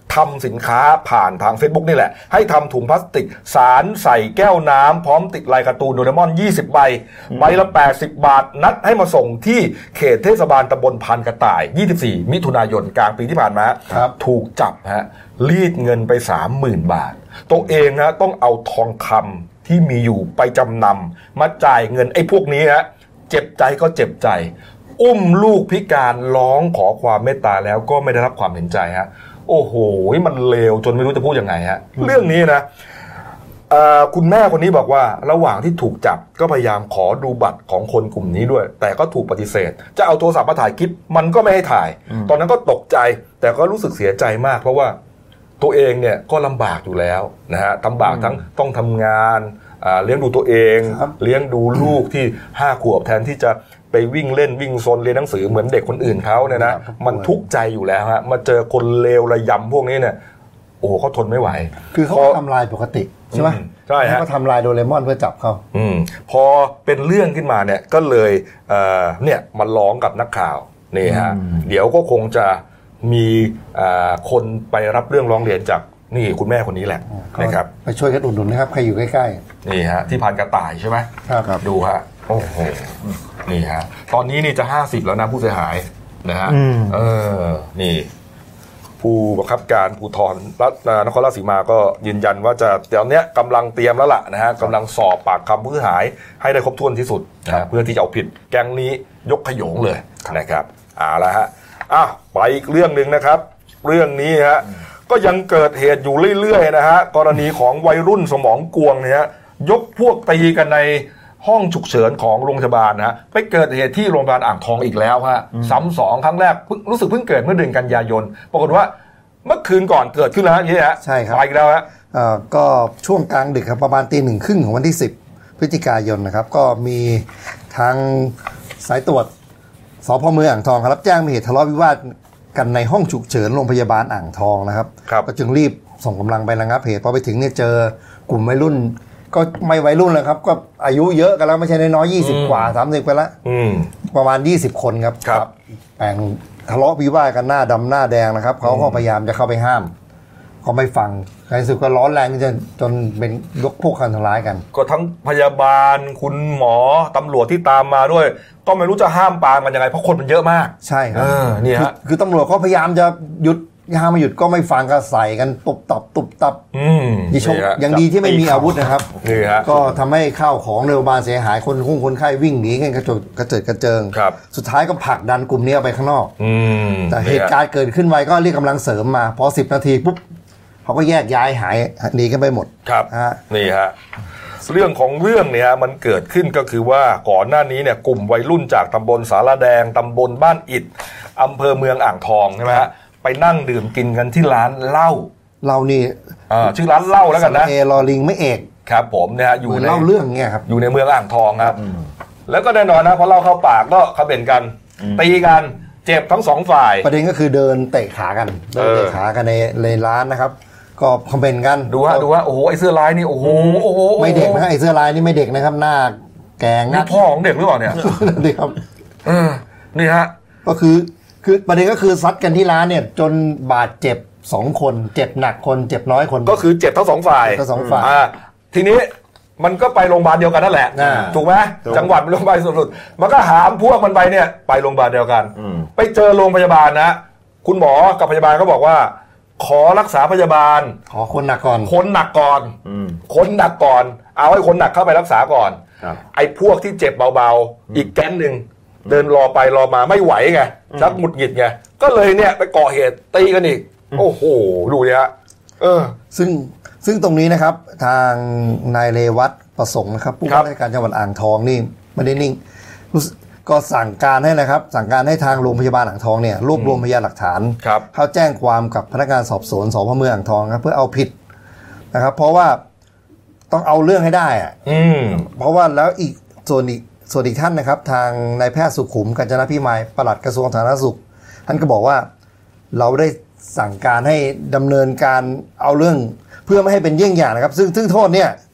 ทำสินค้าผ่านทาง Facebook นี่แหละให้ทำถุงพลาสติกสารใส่แก้วน้ำพร้อมติดลายการ์ตูนโดเรมอนยี่สิบใบใบละแปดสิบบาทนัดให้มาส่งที่เขตเทศบาลตำบลพันกระต่ายยี่สิบสี่มิถุนายนกลางปีที่ผ่านมาถูกจับฮะรีดเงินไป สามหมื่น บาทตัวเองนะต้องเอาทองคำที่มีอยู่ไปจำนำมาจ่ายเงินไอ้พวกนี้ฮะเจ็บใจก็เจ็บใจอุ้มลูกพิการร้องขอความเมตตาแล้วก็ไม่ได้รับความเห็นใจฮะโอ้โหมันเลวจนไม่รู้จะพูดยังไงฮะเรื่องนี้นะคุณแม่คนนี้บอกว่าระหว่างที่ถูกจับก็พยายามขอดูบัตรของคนกลุ่มนี้ด้วยแต่ก็ถูกปฏิเสธจะเอาโทรศัพท์มาถ่ายคลิปมันก็ไม่ให้ถ่ายตอนนั้นก็ตกใจแต่ก็รู้สึกเสียใจมากเพราะว่าตัวเองเนี่ยก็ลำบากอยู่แล้วนะฮะลำบากทั้งต้องทำงานเลี้ยงดูตัวเองเลี้ยงดูลูกที่ห้าขวบแทนที่จะไปวิ่งเล่นวิ่งซนเรียนหนังสือเหมือนเด็กคนอื่นเขาเนี่ยนะมันทุกข์ใจอยู่แล้วฮะมาเจอคนเลวระยำพวกนี้เนี่ยโอ้เขาทนไม่ไหวคือเขาทำลายปกติใช่ไหมใช่ฮะเขาทำลายโดเรมอนเพื่อจับเขาอืมพอเป็นเรื่องขึ้นมาเนี่ยก็เลยเอ่อเนี่ยมาร้องกับนักข่าวนี่ฮะเดี๋ยวก็คงจะมีคนไปรับเรื่องร้องเรียนจากนี่คุณแม่คนนี้แหละนะครับไปช่วยกันอุดหนุนนะครับใครอยู่ใกล้ๆนี่ฮะที่พันกระต่ายใช่ไหมครับดูฮะโอ้โหนี่ฮะตอนนี้นี่จะห้าสิบแล้วนะผู้เสียหายนะฮะเออนี่ผู้บังคับการภูธรนครราชสีมาก็ยืนยันว่าจะเดี๋ยวนี้กำลังเตรียมแล้วล่ะนะฮะกำลังสอบปากคำผู้เสียหายให้ได้ครบถ้วนที่สุดนะเพื่อที่จะเอาผิดแก๊งนี้ยกขโยงเลยนะครับเอาละฮะอ่ะไปอีกเรื่องนึงนะครับเรื่องนี้ฮะก็ยังเกิดเหตุอยู่เรื่อยๆนะฮะกรณีของวัยรุ่นสมองกวงเนี่ยยกพวกตีกันในห้องฉุกเฉินของโรงพยาบาลนะฮะไปเกิดเหตุที่โรงพยาบาลอ่างทองอีกแล้วฮะซ้ำสองครั้งแรกรู้สึกเพิ่งเกิดเมื่อเดือนกันยายนปรากฏว่าเมื่อคืนก่อนเกิดขึ้นแล้วฮะนี่ฮะใช่ครับไปอีกแล้วฮะก็ช่วงกลางดึกครับประมาณตีหนึ่งครึ่งของวันที่สิบพฤศจิกายนนะครับก็มีทางสายตรวจสพ.เมืองอ่างทองรับแจ้งมีเหตุทะเลาะวิวาทกันในห้องฉุกเฉินโรงพยาบาลอ่างทองนะครับก็จึงรีบส่งกำลังไประงับเหตุพอไปถึงเนี่ยเจอกลุ่มวัยรุ่นก็ไม่วัยรุ่นแล้วครับก็อายุเยอะกันแล้วไม่ใช่น้อยๆยี่สิบกว่าสามสิบไปแล้วประมาณยี่สิบคนครับแบ่งทะเลาะวิวาทกันหน้าดำหน้าแดงนะครับเขาก็พยายามจะเข้าไปห้ามก็ไม่ฟังในสุดก็ร้อนแรงจนจนเป็นยกพวกกันทำร้ายกันก็ทั้งพยาบาลคุณหมอตำรวจที่ตามมาด้วยก็ไม่รู้จะห้ามปรามมันยังไงเพราะคนมันเยอะมากใช่ครับนี่ฮะคือตำรวจก็พยายามจะหยุดห้ามมาหยุดก็ไม่ฟังก็ใส่กันตุบตับตุบตับยี่ชกยังดีที่ไม่มีอาวุธนะครับก็ทำให้ข้าวของในโรงพยาบาลเสียหายคนคุ้งคนไข้วิ่งหนีกันกระโจนกระเจิดกระเจิงสุดท้ายก็ผลักดันกลุ่มนี้ไปข้างนอกแต่เหตุการณ์เกิดขึ้นไวก็เรียกกำลังเสริมมาพอสิบนาทีปุ๊บเขาก็แยกย้ายหายหนีกันไปหมดครับนี่ฮะเรื่องของเรื่องเนี่ยมันเกิดขึ้นก็คือว่าก่อนหน้านี้เนี่ยกลุ่มวัยรุ่นจากตำบลสารแดงตำบลบ้านอิฐอำเภอเมืองอ่างทองใช่ไหมฮะไปนั่งดื่มกินกันที่ร้านเหล้าเหล้านี่ชื่อร้านเหล้าแล้วกันนะเอรอลิงไม่เอกครับผมเนี่ยอยู่ในเล่าเรื่องเงี้ยครับอยู่ในเมืองอ่างทองครับแล้วก็แน่นอนนะพอเล่าเข้าปากก็คำเห็นกันตีกันเจ็บทั้งสองฝ่ายประเด็นก็คือเดินเตะขากันเดินเตะขากันในในร้านนะครับก็คอมเมนต์กันดูฮะดูฮะโอ้โหไอเสื้อลายนี่โอ้โหโอ้โหไม่เด็กนะไอเสื้อลายนี่ไม่เด็กนะครับหน้าแกงนี่พ่อของเด็กหรือเปล่าเนี่ยนี่ครับเออนี่ฮะก็คือคือประเด็นก็คือซัดกันที่ร้านเนี่ยจนบาดเจ็บสองคนเจ็บหนักคนเจ็บน้อยคนก็คือเจ็บทั้งสองฝ่ายทั้งสองฝ่ายอ่าทีนี้มันก็ไปโรงพยาบาลเดียวกันนั่นแหละถูกไหมจังหวัดโรงพยาบาลสุดๆมันก็หามพวกมันไปเนี่ยไปโรงพยาบาลเดียวกันไปเจอโรงพยาบาลนะคุณหมอกับพยาบาลก็บอกว่าขอรักษาพยาบาลขอคนหนักก่อนคนหนักก่อนคนหนักก่อนเอาให้คนหนักเข้าไปรักษาก่อนไอ้พวกที่เจ็บเบาๆอีกแก๊งหนึ่งเดินรอไปรอมาไม่ไหวไงชักหงุดหงิดไงก็เลยเนี่ยไปก่อเหตุตีกันอีกโอ้โหดูเนี่ยเออซึ่งซึ่งตรงนี้นะครับทางนายเรวัตประสงค์นะครับผู้ว่าราชการจังหวัดอ่างทองนี่ไม่ได้นิ่งก็สั่งการให้นะครับสั่งการให้ทางโรงพยาบาลอ่างทองเนี่ยรวบรวมพยานหลักฐานเข้าแจ้งความกับพนักงานสอบสวนสพ.เมืองอ่างทองครับเพื่อเอาผิดนะครับเพราะว่าต้องเอาเรื่องให้ได้อ่ะเพราะว่าแล้วอีกส่วนอีกส่วนอีกท่านนะครับทางนายแพทย์สุขุมกัญจนพิมายปลัดกระทรวงสาธารณสุขท่านก็บอกว่าเราได้สั่งการให้ดำเนินการเอาเรื่องเพื่อไม่ให้เป็นเยี่ยงอย่างนะครับซึ่งซึ่งโทษเนี่ย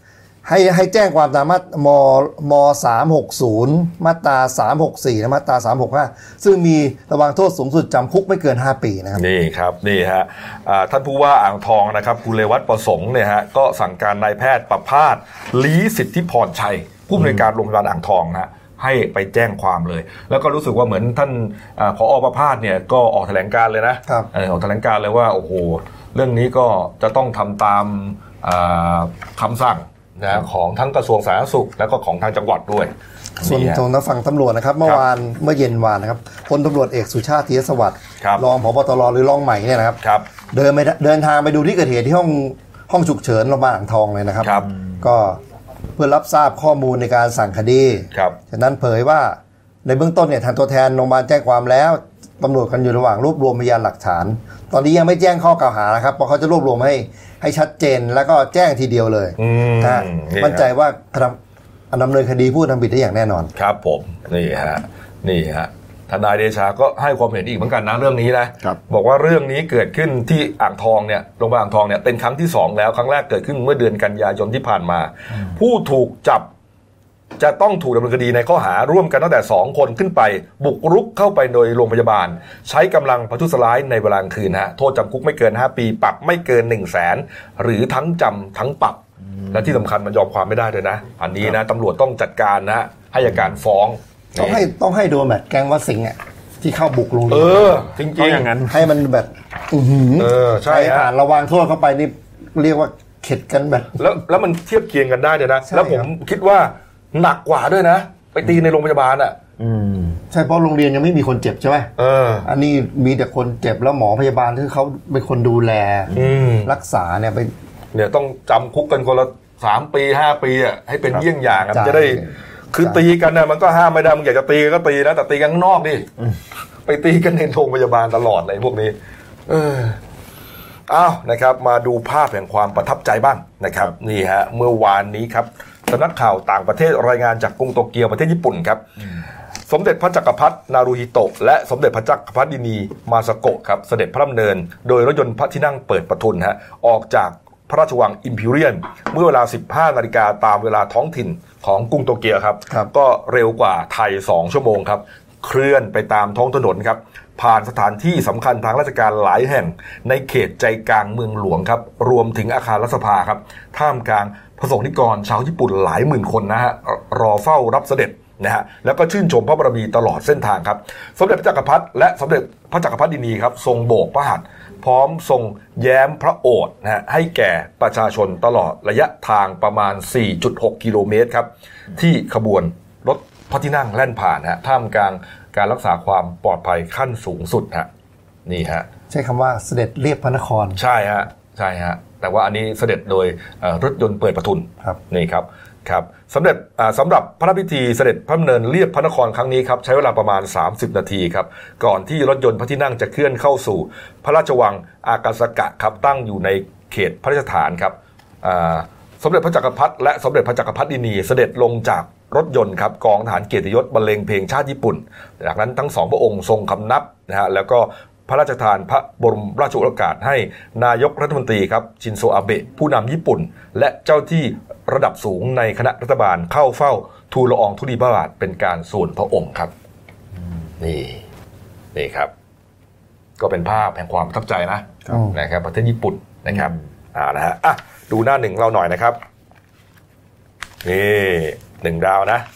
ให้ให้แจ้งความตามมาตรามมสามหกศูนย์มาตราสามหกสี่และมาตราสามหกห้าซึ่งมีระวางโทษสูงสุดจำคุกไม่เกินห้าปีนะครับนี่ครับนี่ฮะท่านผู้ว่าอ่างทองนะครับคุณเลวัฒน์ประสงค์เนี่ยฮะก็สั่งการนายแพทย์ประภาสลีสิทธิพรชัยผู้อำนวยการโรงพยาบาลอ่างทองนะให้ไปแจ้งความเลยแล้วก็รู้สึกว่าเหมือนท่านผอ.ประภาสเนี่ยก็ออกแถลงการเลยนะออกแถลงการเลยว่าโอ้โหเรื่องนี้ก็จะต้องทำตามคำสั่งนะของทั้งกระทรวงสาธารณสุขแล้วก็ของทางจังหวัดด้วยส่วนตรงฝั่งตำรวจนะครับเมื่อวานเมื่อเย็นวานนะครับพลตำรวจเอกสุชาติธีรสวัสดิ์รองผบ.ตร.หรือรองใหม่เนี่ยนะครับเดินไปเดินทางไปดูที่เกิดเหตุที่ห้องห้องฉุกเฉินโรงพยาบาลอ่างทองเลยนะครับก็เพื่อรับทราบข้อมูลในการสั่งคดีฉะนั้นเผยว่าในเบื้องต้นเนี่ยทางตัวแทนโรงพยาบาลแจ้งความแล้วตำรวจกันอยู่ระหว่างรวบรวมพยานหลักฐานตอนนี้ยังไม่แจ้งข้อกล่าวหานะครับเพราะเขาจะรวบรวมให้ให้ชัดเจนแล้วก็แจ้งทีเดียวเลยนะมั่นใจว่าดำเนินคดีผู้ทำผิดได้อย่างแน่นอนครับผมนี่ฮะนี่ฮะทนายเดชาก็ให้ความเห็นอีกเหมือนกันนะเรื่องนี้นะบอกว่าเรื่องนี้เกิดขึ้นที่อ่างทองเนี่ยโรงพยาบาลอ่างทองเนี่ยเป็นครั้งที่สองแล้วครั้งแรกเกิดขึ้นเมื่อเดือนกันยายนที่ผ่านมาผู้ถูกจับจะต้องถูกดำเนินคดีในข้อหาร่วมกันตั้งแต่สองคนขึ้นไปบุกรุกเข้าไปโดยโรงพยาบาลใช้กำลังประทุษร้ายในเวลากลางคืนฮะโทษจำคุกไม่เกินห้าปีปรับไม่เกิน หนึ่งแสน หรือทั้งจำทั้งปรับและที่สำคัญมันยอมความไม่ได้เลยนะอันนี้นะตำรวจต้องจัดการนะให้อัยการฟ้องต้องให้ต้องให้โดนแบบแก๊งวัดสิงห์อ่ะที่เข้าบุกโรงเรียนเออจริงๆอย่างนั้นให้มันแบบอือหือเออใช่ฮะระวังโทษเข้าไปนี่เรียกว่าเข็ดกันแบบแล้วแล้วมันเทียบเคียงกันได้เลยนะแล้วผมคิดว่าหนักกว่าด้วยนะไปตีในโรงพยาบาลอ่ะอืมใช่เพราะโรงเรียนยังไม่มีคนเจ็บใช่ไหมเอออันนี้มีแต่คนเจ็บแล้วหมอพยาบาลที่เขาเป็นคนดูแลรักษาเนี่ยไปเนี่ยต้องจำคุกกันคนละสามปีห้าปีอ่ะให้เป็นเยี่ยงอย่างมันจะได้คือตีกันนะมันก็ห้ามไม่ได้มึงอยากจะตีก็ตีนะแต่ตีกันข้างนอกดิไปตีกันในโรงพยาบาลตลอดเลยพวกนี้เอออ้าวนะครับมาดูภาพแห่งความประทับใจบ้างนะครับนี่ฮะเมื่อวานนี้ครับสำนักข่าวต่างประเทศรายงานจากกรุงโตเกียวประเทศญี่ปุ่นครับสมเด็จพระจักรพรรดินารูฮิโตะและสมเด็จพระจักรพรรดินีมาซาโกะครับเสด็จพระดำเนินโดยรถยนต์พระที่นั่งเปิดประทุนฮะออกจากพระราชวังอิมพีเรียลเมื่อเวลา สิบห้านาฬิกาตามเวลาท้องถิ่นของกรุงโตเกียวครับก็เร็วกว่าไทยสองชั่วโมงครับเคลื่อนไปตามท้องถนนครับผ่านสถานที่สำคัญทางราชการหลายแห่งในเขตใจกลางเมืองหลวงครับรวมถึงอาคารรัฐสภาครับท่ามกลางพระสงฆ์นิกรชาวญี่ปุ่นหลายหมื่นคนนะฮะรอเฝ้ารับเสด็จนะฮะแล้วก็ชื่นชมพระบารมีตลอดเส้นทางครับสมเด็จพระจักรพรรดิและสมเด็จพระจักรพรรดินีครับทรงโบกพระหัตถ์พร้อมทรงแย้มพระโอษฐ์นะฮะให้แก่ประชาชนตลอดระยะทางประมาณ สี่จุดหก กิโลเมตรครับที่ขบวนรถพระที่นั่งแล่นผ่านฮะท่ามกลางการรักษาความปลอดภัยขั้นสูงสุดฮะนี่ฮะใช้คำว่าเสด็จเรียบพระนครใช่ฮะใช่ฮะแต่ว่าอันนี้เสด็จโดยรถยนต์เปิดประทุนนี่ครับครับสำเร็จสำหรับพระราชพิธีเสด็จพระดำเนินเรียบพระนครครั้งนี้ครับใช้เวลาประมาณสามสิบนาทีครับก่อนที่รถยนต์พระที่นั่งจะเคลื่อนเข้าสู่พระราชวังอากาสกะครับตั้งอยู่ในเขตพระราชฐานครับสมเด็จพระจักรพรรดิและสมเด็จพระจักรพรรดินีเสด็จลงจากรถยนต์ครับกองทหารเกียรติยศบรรเลงเพลงชาติญี่ปุ่นจากนั้นทั้งสองพระองค์ทรงคำนับนะฮะแล้วก็พระราชทานพระบรมราชโองการให้นายกรัฐมนตรีครับชินโซอาเบะผู้นำญี่ปุ่นและเจ้าที่ระดับสูงในคณะรัฐบาลเข้าเฝ้าทูลละอองธุลีพระบาทเป็นการส่วนพระองค์ครับนี่นี่ครับก็เป็นภาพแห่งความประทับใจนะนะครับประเทศญี่ปุ่นนะครับอ่านะฮะอ่ะดูหน้าหนึ่งเราหน่อยนะครับนี่หนึ่งดาวนะ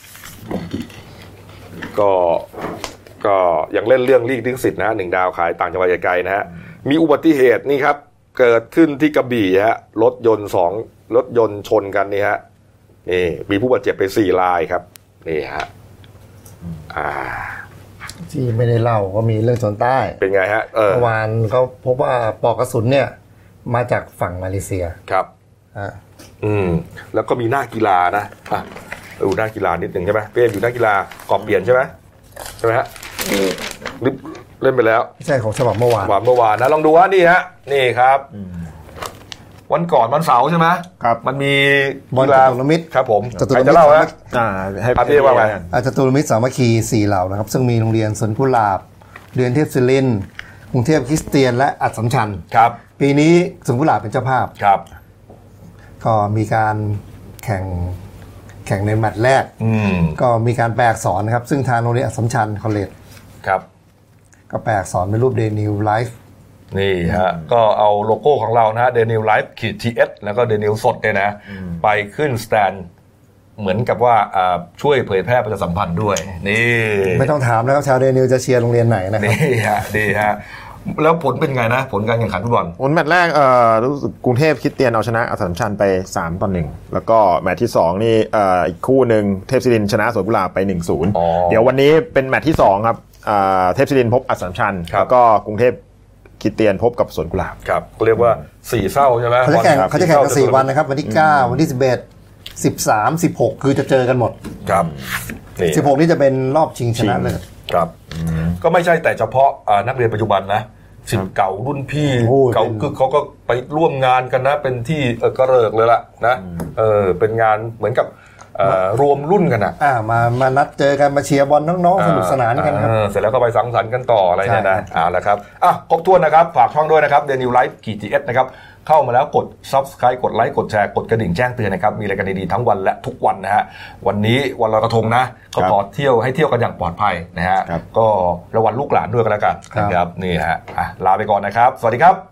ก็ก็ยังเล่นเรื่องลีกลิขสิทธิ์นะหนึ่งดาวขายต่างจังหวัดไกลๆนะฮะมีอุบัติเหตุนี่ครับเกิดขึ้นที่กระบี่ฮะรถยนต์สองรถยนต์ชนกันนี่ฮะนี่มีผู้บาดเจ็บไปสี่รายครับนี่ฮะอ่าที่ไม่ได้เล่าก็มีเรื่องชนใต้เป็นไงฮะเมื่อวานเขาพบว่าปลอกกระสุนเนี่ยมาจากฝั่งมาเลเซียครับอ่าอืมแล้วก็มีหน้ากีฬานะอ่ะดูหน้ากีฬานิดหนึ่งใช่ไหมเป้อยู่หน้ากีฬากอบเปลี่ยนใช่ไหมใช่ไหมฮะเล่นไปแล้วใช่ของฉบับเมื่อวานเมื่อวานนะลองดูว่านี่ฮะนี่ครับวันก่อนวันเสาร์ใช่ไหมครับมันมีบอลจตุรมิตรครับผมใครจะเล่าฮะอ่าให้พี่ว่าไงจตุรมิตรสามัคคีสี่เหล่านะครับซึ่งมีโรงเรียนสวนกุหลาบเรียนเทพศิรินทร์กรุงเทพคริสเตียนและอัสสัมชัญครับปีนี้สวนกุหลาบเป็นเจ้าภาพครับก็มีการแข่งแข่งในแมตช์แรกก็มีการแปลอักษรนะครับซึ่งทางโรงเรียนอัสสัมชัญคอลเลจครับก็แปลอักษรเป็นรูปเดนิลไลฟ์นี่ฮะก็เอาโลโก้ของเรานะฮะเดนิลไลฟ์ขีดทีเอสแล้วก็เดนิลสดเนี่ยนะไปขึ้นสแตนเหมือนกับว่าช่วยเผยแพร่ประชาสัมพันธ์ด้วยนี่ไม่ต้องถามแล้วครับชาวเดนิลจะเชียร์โรงเรียนไหนนะครับนี่ฮะดีฮะแล้วผลเป็นไงนะผลการแข่งขันฟุตบอลผลแมตช์แรกเอ่อรู้สึกกรุงเทพคริสเตียนเอาชนะอัสสัมชัญไปสามต่อหนึ่งแล้วก็แมตช์ที่สองนี่เอ่ออีกคู่นึงเทพศิรินทร์ชนะสวนกุหลาบไป หนึ่งศูนย์ เดี๋ยววันนี้เป็นแมตช์ที่สองครับเอ่อเทพศิรินทร์พบอัสสัมชัญแล้วก็กรุงเทพคริสเตียนพบกับสวนกุหลาบครับเรียกว่าสี่เศร้าใช่มั้ยเขาจะแข่งเขาจะแข่งกันสี่วันนะครับวันที่เก้าวันที่สิบเอ็ด สิบสาม สิบหกคือจะเจอกันหมดครับนี่สิบหกนี่จะเป็นรอบชิงชนะเลิศครับก็ไม่ใช่แต่เฉพาะนักเรียนปัจจุบันนะสิทธิ์เก่ารุ่นพี่เก่าคือเขาก็ไปร่วมงานกันนะเป็นที่เออกระเริกเลยล่ะนะเออเป็นงานเหมือนกับรวมรุ่นกันอ่ะอ่ามามานัดเจอกันมาเชียร์บอลน้องๆสนุกสนานกันครับเสร็จแล้วก็ไปสังสรรค์กันต่ออะไรเนี่ยนะอ่าแล้วครับอ่ะครบถ้วนนะครับฝากช่องด้วยนะครับ Daniel Live ขีด จี เอส นะครับเข้ามาแล้วกด Subscribe กดไลค์กดแชร์กดกระดิ่งแจ้งเตือนนะครับมีรายการดีๆทั้งวันและทุกวันนะฮะวันนี้วันลอยกระทงนะก็ขอเที่ยวให้เที่ยวกันอย่างปลอดภัยนะฮะก็ระวังลูกหลานด้วยกันแล้วกันนะครับนี่ฮะอ่ะลาไปก่อนนะครับสวัสดีครับ